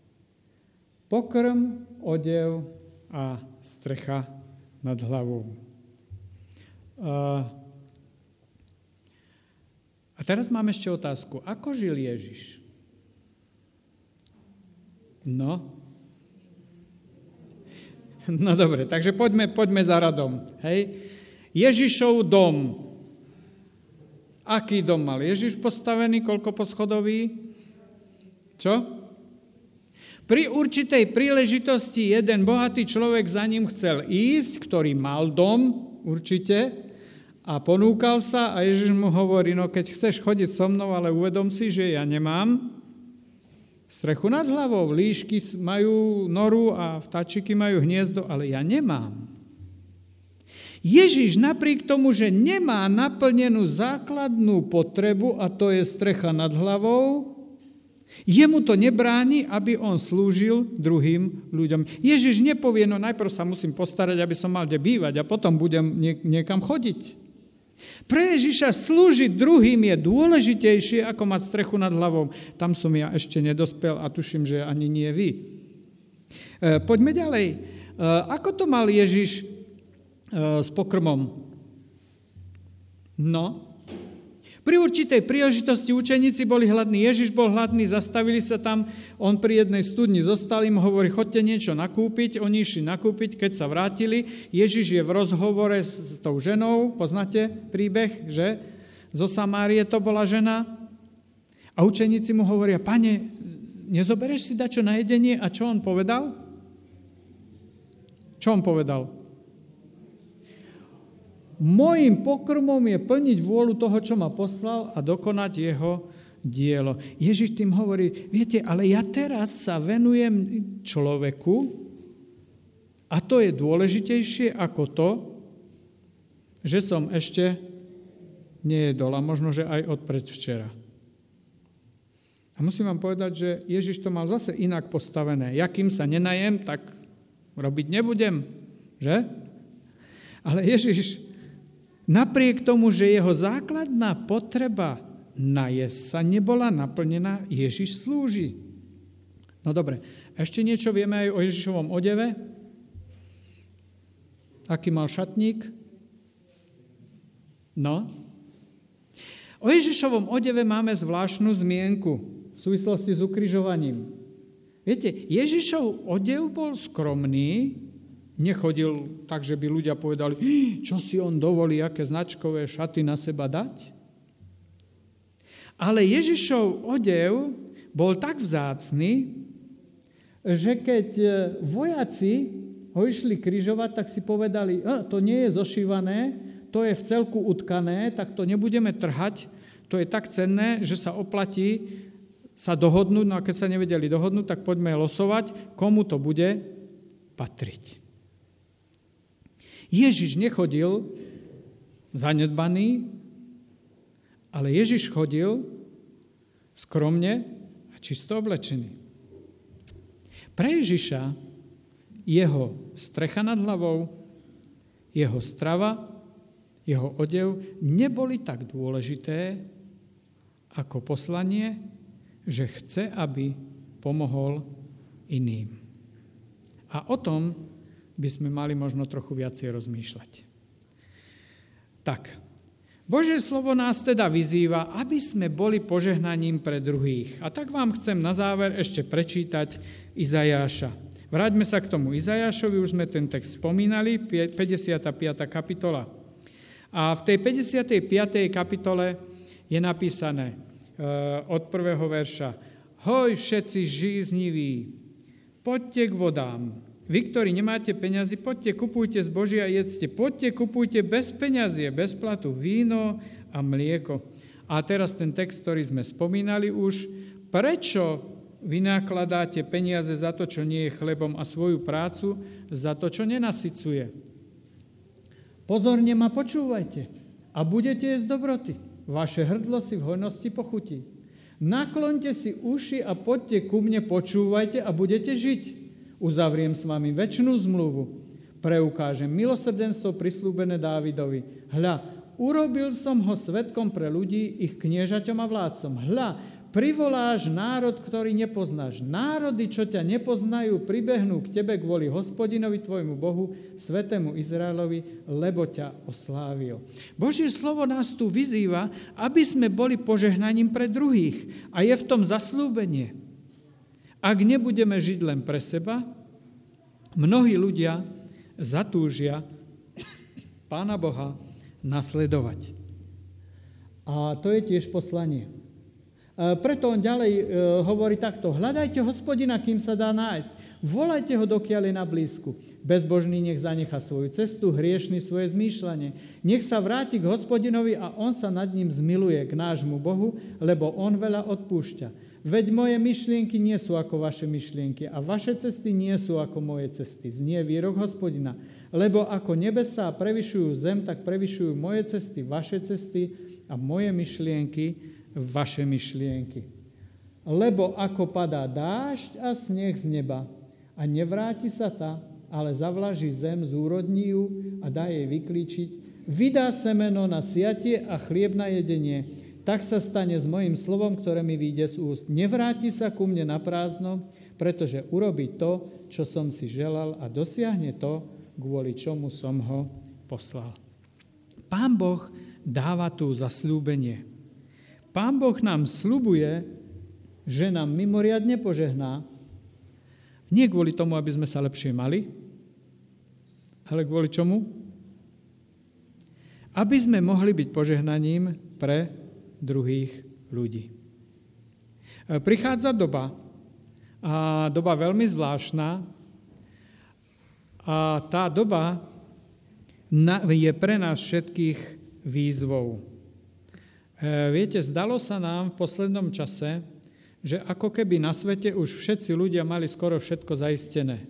Pokrm, odev a strecha nad hlavou. A teraz mám ešte otázku. Ako žil Ježiš? No. No dobre, takže poďme, poďme za radom. Hej. Ježišov dom. Aký dom mal Ježiš postavený? Koľko poschodový? Čo? Pri určitej príležitosti jeden bohatý človek za ním chcel ísť, ktorý mal dom určite a ponúkal sa a Ježiš mu hovorí, no keď chceš chodiť so mnou, ale uvedom si, že ja nemám strechu nad hlavou, líšky majú noru a vtáčiky majú hniezdo, ale ja nemám. Ježiš napriek tomu, že nemá naplnenú základnú potrebu, a to je strecha nad hlavou, jemu to nebráni, aby on slúžil druhým ľuďom. Ježiš nepovie, no najprv sa musím postarať, aby som mal kde bývať a potom budem niekam chodiť. Pre Ježiša slúžiť druhým je dôležitejšie, ako mať strechu nad hlavou. Tam som ja ešte nedospel a tuším, že ani nie vy. E, poďme ďalej. E, ako to mal Ježiš e, s pokrmom? No, pri určitej príležitosti učeníci boli hladní, Ježiš bol hladný, zastavili sa tam, on pri jednej studni zostal, im hovorí, chodte niečo nakúpiť, oni išli nakúpiť, keď sa vrátili, Ježiš je v rozhovore s, s tou ženou, poznáte príbeh, že? Zo Samárie to bola žena a učeníci mu hovoria, pane, nezobereš si dačo na jedenie? A čo on povedal? Čo on povedal? Mojím pokrmom je plniť vôľu toho, čo ma poslal a dokonať jeho dielo. Ježiš tým hovorí, viete, ale ja teraz sa venujem človeku a to je dôležitejšie ako to, že som ešte nejedol a možno, že aj od predvčera. A musím vám povedať, že Ježiš to mal zase inak postavené. Ja kým sa nenajem, tak robiť nebudem, že? Ale Ježiš napriek tomu, že jeho základná potreba najesť sa nebola naplnená, Ježiš slúži. No dobre, ešte niečo vieme aj o Ježišovom odeve? Aký mal šatník? No? O Ježišovom odeve máme zvláštnu zmienku v súvislosti s ukrižovaním. Viete, Ježišov odev bol skromný, nechodil tak, že by ľudia povedali, čo si on dovolí, aké značkové šaty na seba dať. Ale Ježišov odev bol tak vzácny, že keď vojaci ho išli križovať, tak si povedali, to nie je zošívané, to je v celku utkané, tak to nebudeme trhať, to je tak cenné, že sa oplatí sa dohodnúť, no a keď sa nevedeli dohodnúť, tak poďme losovať, komu to bude patriť. Ježiš nechodil zanedbaný, ale Ježiš chodil skromne a čisto oblečený. Pre Ježiša jeho strecha nad hlavou, jeho strava, jeho odev neboli tak dôležité ako poslanie, že chce, aby pomohol iným. A o tom by sme mali možno trochu viacej rozmýšľať. Tak, Božie slovo nás teda vyzýva, aby sme boli požehnaním pre druhých. A tak vám chcem na záver ešte prečítať Izajáša. Vráťme sa k tomu Izajášovi, už sme ten text spomínali, päťdesiata piata kapitola. A v tej päťdesiatej piatej kapitole je napísané e, od prvého verša: Hoj všetci žízniví, poďte k vodám. Vy, ktorí nemáte peňazí, poďte, kupujte zbožie a jedzte. Poďte, kupujte bez peňazie, bez platu víno a mlieko. A teraz ten text, ktorý sme spomínali už. Prečo vynakladáte peniaze za to, čo nie je chlebom, a svoju prácu za to, čo nenasycuje? Pozorne ma počúvajte a budete jesť dobroty. Vaše hrdlo si v hojnosti pochutí. Nakloňte si uši a poďte ku mne, počúvajte a budete žiť. Uzavriem s vami večnú zmluvu. Preukážem milosrdenstvo prisľúbené Dávidovi. Hľa, urobil som ho svedkom pre ľudí, ich kniežaťom a vládcom. Hľa, privoláš národ, ktorý nepoznáš. Národy, čo ťa nepoznajú, pribehnú k tebe kvôli Hospodinovi tvojmu Bohu, Svätému Izraelovi, lebo ťa oslávil. Božie slovo nás tu vyzýva, aby sme boli požehnaním pre druhých. A je v tom zasľúbenie. Ak nebudeme žiť len pre seba, mnohí ľudia zatúžia Pána Boha nasledovať. A to je tiež poslanie. Preto on ďalej hovorí takto. Hľadajte Hospodina, kým sa dá nájsť. Volajte ho, dokiaľ je na blízku. Bezbožný nech zanecha svoju cestu, hriešny svoje zmýšľanie. Nech sa vráti k Hospodinovi a on sa nad ním zmiluje, k nášmu Bohu, lebo on veľa odpúšťa. Veď moje myšlienky nie sú ako vaše myšlienky a vaše cesty nie sú ako moje cesty. Znie výrok Hospodina. Lebo ako nebesá prevyšujú zem, tak prevyšujú moje cesty, vaše cesty a moje myšlienky, vaše myšlienky. Lebo ako padá dážď a sneh z neba a nevráti sa tá, ale zavlaží zem, zúrodní ju a dá jej vyklíčiť, vydá semeno na siatie a chlieb na jedenie. Tak sa stane s mojím slovom, ktoré mi vyjde z úst. Nevráti sa ku mne na prázdno, pretože urobí to, čo som si želal a dosiahne to, kvôli čomu som ho poslal. Pán Boh dáva tu zasľúbenie. Pán Boh nám sľubuje, že nám mimoriadne požehná, nie kvôli tomu, aby sme sa lepšie mali, ale kvôli čomu? Aby sme mohli byť požehnaním pre druhých ľudí. Prichádza doba, a doba veľmi zvláštna, a tá doba je pre nás všetkých výzvou. Viete, zdalo sa nám v poslednom čase, že ako keby na svete už všetci ľudia mali skoro všetko zaistené.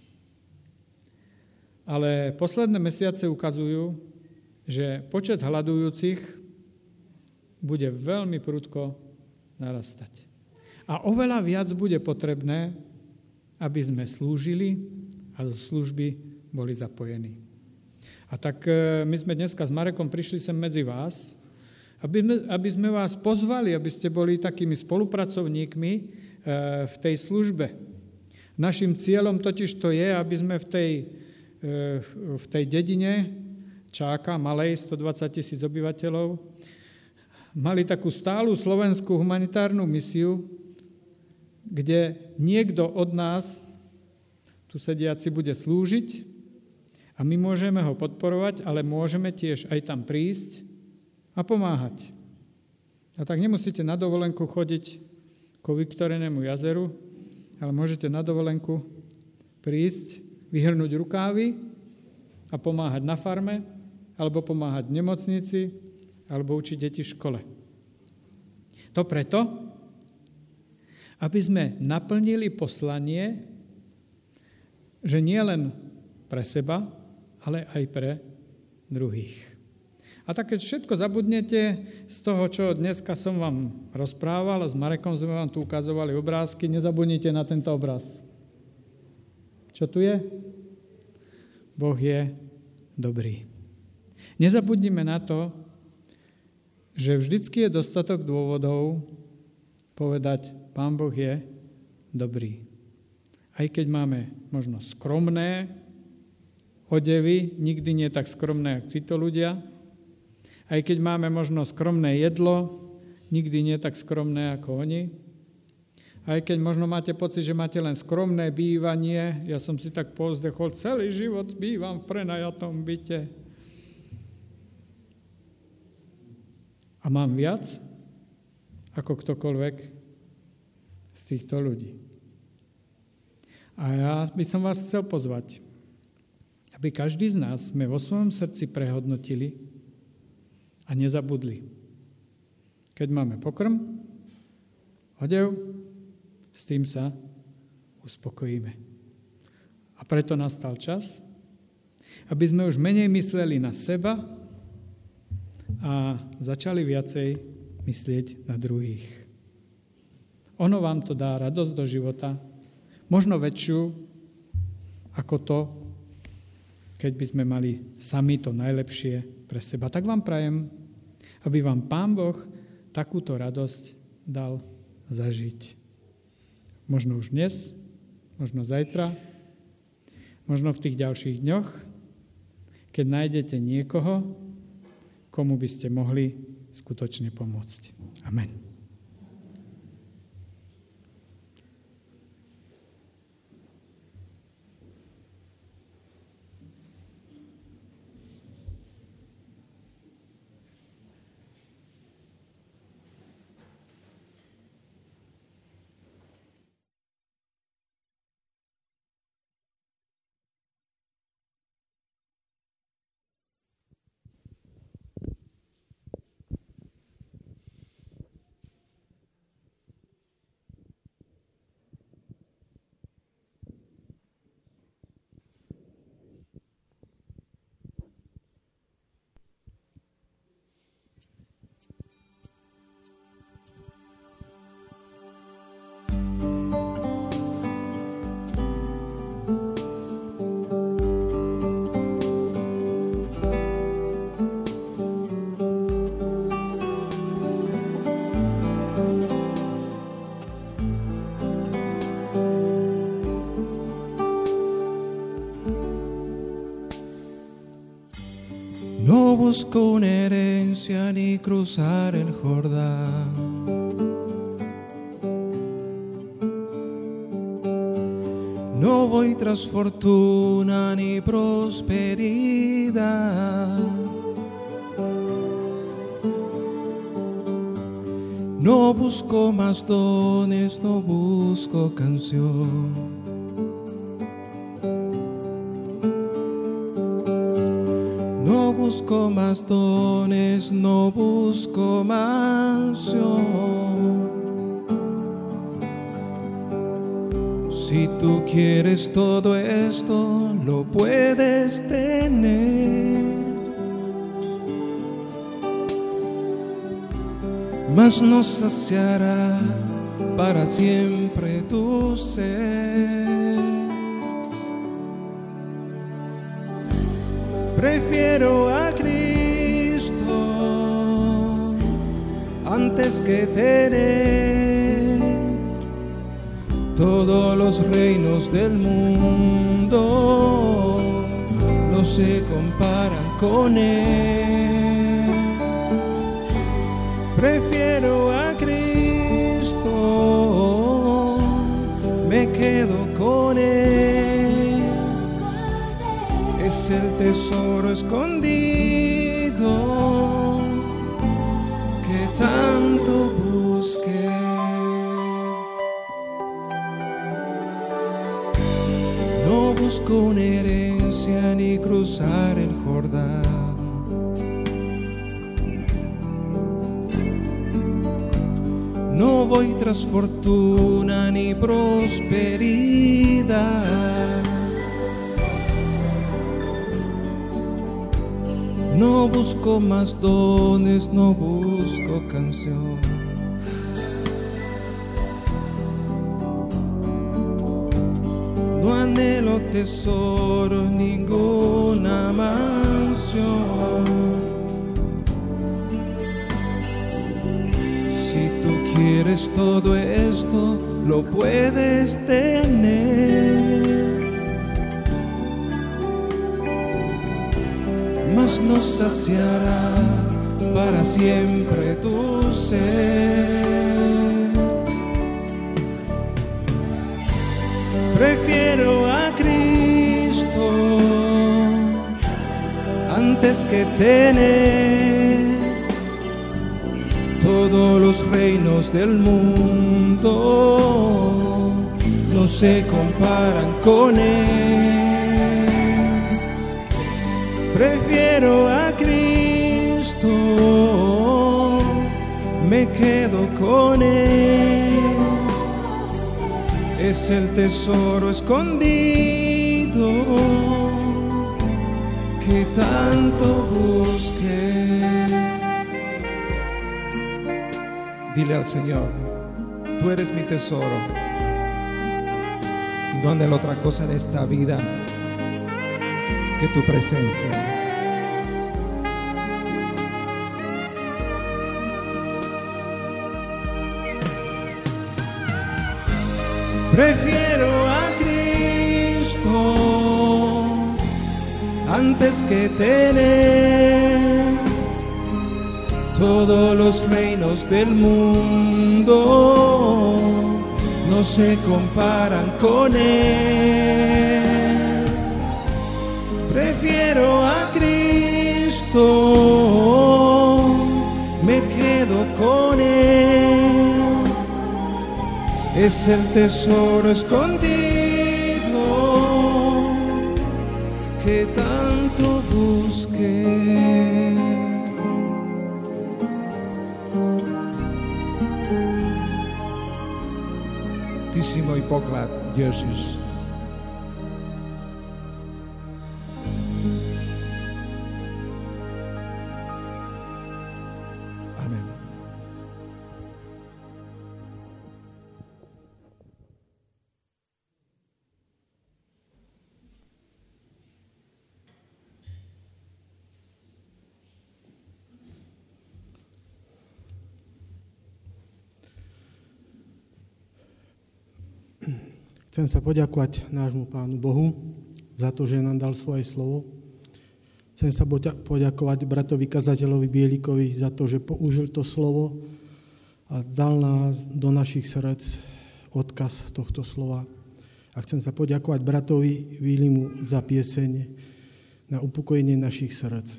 Ale posledné mesiace ukazujú, že počet hľadujúcich bude veľmi prudko narastať. A oveľa viac bude potrebné, aby sme slúžili a do služby boli zapojení. A tak my sme dneska s Marekom prišli sem medzi vás, aby sme, aby sme vás pozvali, aby ste boli takými spolupracovníkmi v tej službe. Našim cieľom totiž to je, aby sme v tej, v tej dedine Čáka, malej, stodvadsať tisíc obyvateľov, mali takú stálu slovenskú humanitárnu misiu, kde niekto od nás, tu sediaci, bude slúžiť a my môžeme ho podporovať, ale môžeme tiež aj tam prísť a pomáhať. A tak nemusíte na dovolenku chodiť ku Viktorinému jazeru, ale môžete na dovolenku prísť, vyhrnúť rukávy a pomáhať na farme, alebo pomáhať v nemocnici, alebo učiť deti v škole. To preto, aby sme naplnili poslanie, že nie len pre seba, ale aj pre druhých. A tak keď všetko zabudnete z toho, čo dneska som vám rozprával, a s Marekom sme vám tu ukazovali obrázky, nezabudnite na tento obraz. Čo tu je? Boh je dobrý. Nezabudnime na to, že vždycky je dostatok dôvodov povedať, Pán Boh je dobrý. Aj keď máme možno skromné odevy, nikdy nie tak skromné, ako títo ľudia, aj keď máme možno skromné jedlo, nikdy nie tak skromné, ako oni, aj keď možno máte pocit, že máte len skromné bývanie, ja som si tak povzdechol, celý život bývam v prenajatom byte, a mám viac ako ktokoľvek z týchto ľudí. A ja by som vás chcel pozvať, aby každý z nás sme vo svojom srdci prehodnotili a nezabudli. Keď máme pokrm, odev, s tým sa uspokojíme. A preto nastal čas, aby sme už menej mysleli na seba, a začali viacej myslieť na druhých. Ono vám to dá radosť do života, možno väčšiu ako to, keď by sme mali sami to najlepšie pre seba. Tak vám prajem, aby vám Pán Boh takúto radosť dal zažiť. Možno už dnes, možno zajtra, možno v tých ďalších dňoch, keď nájdete niekoho, komu by ste mohli skutočne pomôcť. Amen. busco una herencia ni cruzar el Jordán. No voy tras fortuna ni prosperidad. No busco más dones, no busco canción. No busco más dones, no busco mansión. Si tú quieres todo esto, lo puedes tener. Mas no saciará para siempre tu ser. Prefiero a Cristo antes que tener todos los reinos del mundo. No se comparan con Él. Prefiero a Cristo, me quedo con Él. Es el tesoro escondido que tanto busqué. No busco una herencia ni cruzar el Jordán. No voy tras fortuna ni prosperidad. No busco más dones, no busco canción. No anhelo tesoro, ninguna mansión. Si tú quieres todo esto, lo puedes tener. Mas no saciará para siempre tu ser. Prefiero a Cristo antes que tener todos los reinos del mundo. No se comparan con Él. Prefiero a Cristo, me quedo con Él. Es el tesoro escondido que tanto busqué. Dile al Señor, tú eres mi tesoro. No anhelo otra cosa en esta vida que tu presencia. Prefiero a Cristo antes que tener todos los reinos del mundo. No se comparan con Él. Prefiero a Cristo, me quedo con Él. Es el tesoro escondido que tanto busqué. Ty si môj poklad, Ježiš. Amen. Chcem sa poďakovať nášmu Pánu Bohu za to, že nám dal svoje slovo. Chcem sa poďakovať bratovi kazateľovi Bielikovi za to, že použil to slovo a dal nás do našich srdc odkaz tohto slova. A chcem sa poďakovať bratovi Vilimu za pieseň na upokojenie našich srdc.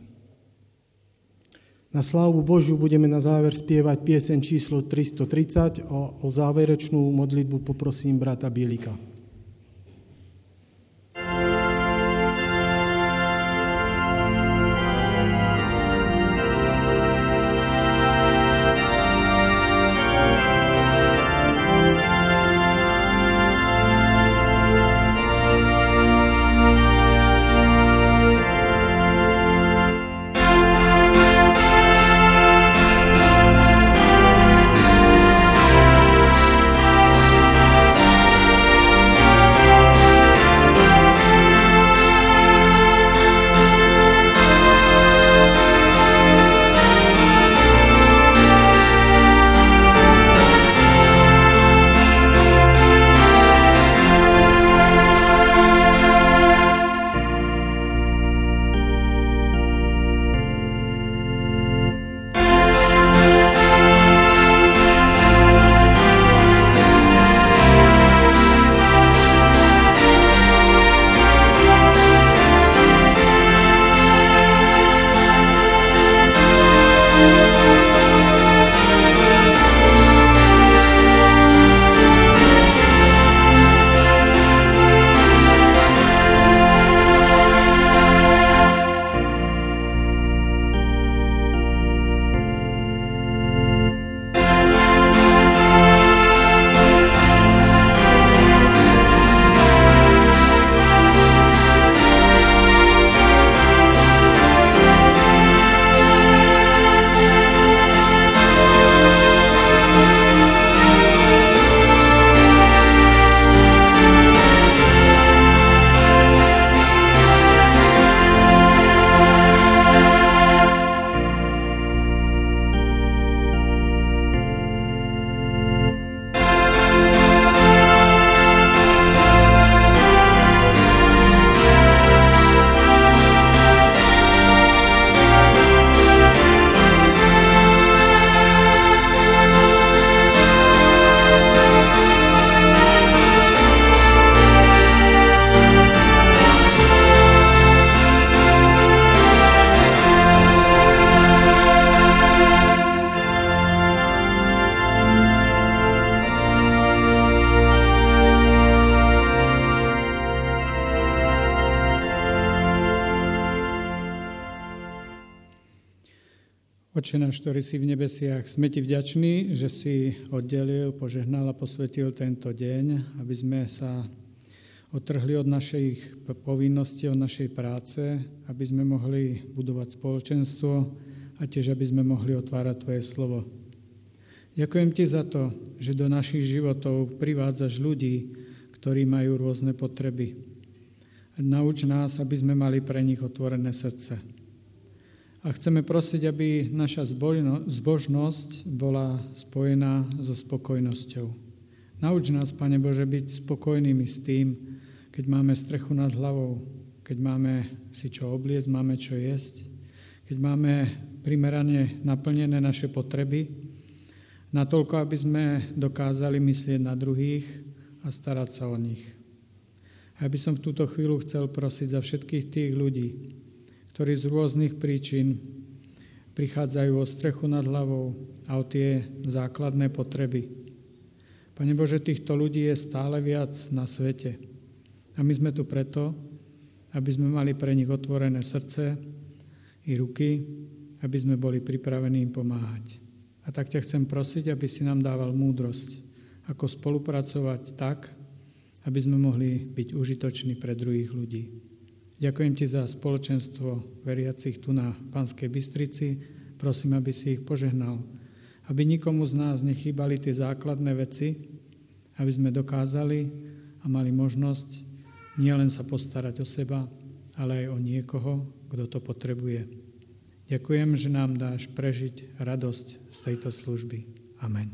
Na slávu Božiu budeme na záver spievať pieseň číslo tristotridsať. O, o záverečnú modlitbu poprosím brata Bielika. Otče náš, ktorý si v nebesiach, sme ti vďační, že si oddelil, požehnal a posvetil tento deň, aby sme sa odtrhli od našich povinností, od našej práce, aby sme mohli budovať spoločenstvo a tiež, aby sme mohli otvárať tvoje slovo. Ďakujem ti za to, že do našich životov privádzaš ľudí, ktorí majú rôzne potreby. Nauč nás, aby sme mali pre nich otvorené srdce. A chceme prosiť, aby naša zbožnosť bola spojená so spokojnosťou. Nauč nás, Pane Bože, byť spokojnými s tým, keď máme strechu nad hlavou, keď máme si čo obliecť, máme čo jesť, keď máme primerane naplnené naše potreby, natoľko, aby sme dokázali myslieť na druhých a starať sa o nich. A ja by som v túto chvíľu chcel prosiť za všetkých tých ľudí, ktorí z rôznych príčin prichádzajú o strechu nad hlavou a o tie základné potreby. Pane Bože, týchto ľudí je stále viac na svete. A my sme tu preto, aby sme mali pre nich otvorené srdce i ruky, aby sme boli pripravení im pomáhať. A tak ťa chcem prosiť, aby si nám dával múdrosť, ako spolupracovať tak, aby sme mohli byť užitoční pre druhých ľudí. Ďakujem ti za spoločenstvo veriacich tu na Banskej Bystrici. Prosím, aby si ich požehnal. Aby nikomu z nás nechýbali tie základné veci, aby sme dokázali a mali možnosť nielen sa postarať o seba, ale aj o niekoho, kto to potrebuje. Ďakujem, že nám dáš prežiť radosť z tejto služby. Amen.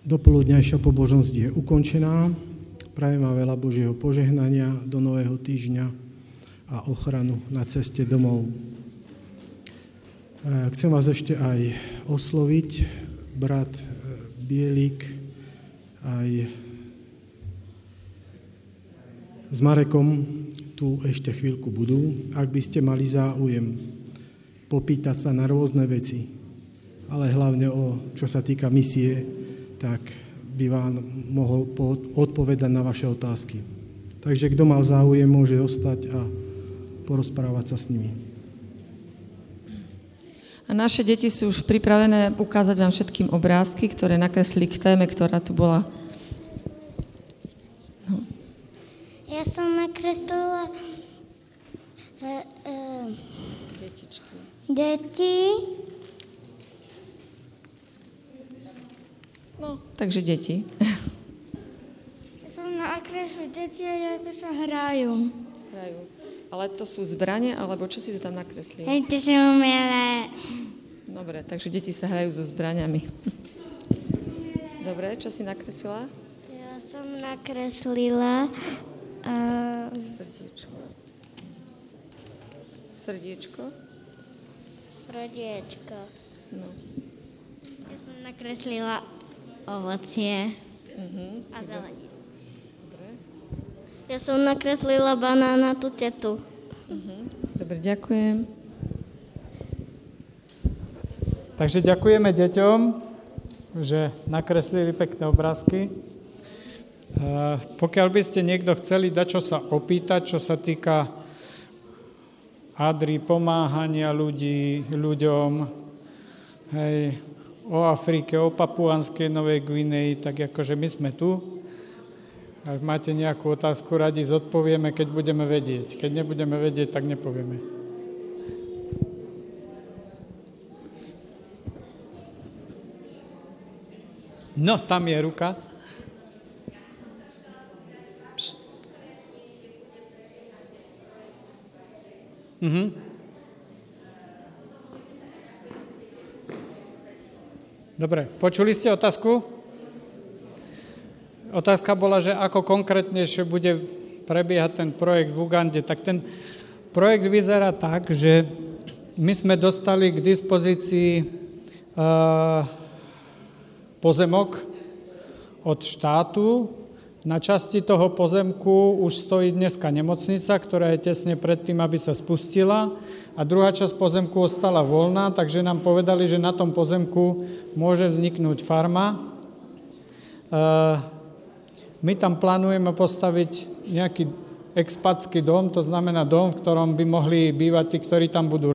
Dopoludňajšia pobožnosť je ukončená. Prajem vám veľa Božieho požehnania do nového týždňa a ochranu na ceste domov. Chcem vás ešte aj osloviť. Brat Bielik aj s Marekom tu ešte chvíľku budú. Ak by ste mali záujem popýtať sa na rôzne veci, ale hlavne o čo sa týka misie, tak by vám mohol odpovedať na vaše otázky. Takže kto mal záujem, môže ostať a porozprávať sa s nimi. A naše deti sú už pripravené ukázať vám všetkým obrázky, ktoré nakreslili k téme, ktorá tu bola. No. Ja som nakreslila e, e, Detičky. deti. No, takže deti. Ja som nakreslila deti a ako sa hrajú. Hrajú. Ale to sú zbranie, alebo čo si tu tam nakreslili? Hej, to sú umelé. Dobre, takže deti sa hrajú so zbraniami. Dobre, čo si nakreslila? Ja som nakreslila uh, Srdiečko. Srdiečko? rodiečko. No. Ja som nakreslila ovocie Uh-huh. a zeleninu. Dobre. Ja som nakreslila banána tú tetu. Uh-huh. Dobre, ďakujem. Takže ďakujeme deťom, že nakreslili pekné obrázky. Uh, pokiaľ by ste niekto chceli dať čo sa opýtať, čo sa týka Adry, pomáhania ľudí, ľuďom, hej, o Afrike, o Papuánskej Novej Guinei, tak akože my sme tu. Ak máte nejakú otázku, radi zodpovieme, keď budeme vedieť. Keď nebudeme vedieť, tak nepovieme. No, tam je ruka. Pst. Mhm. Dobre, počuli ste otázku? Otázka bola, že ako konkrétnejšie bude prebiehať ten projekt v Ugande. Tak ten projekt vyzerá tak, že my sme dostali k dispozícii uh, pozemok od štátu. Na časti toho pozemku už stojí dneska nemocnica, ktorá je tesne pred tým, aby sa spustila. A druhá časť pozemku ostala voľná, takže nám povedali, že na tom pozemku môže vzniknúť farma. My tam plánujeme postaviť nejaký expatský dom, to znamená dom, v ktorom by mohli bývať tí, ktorí tam budú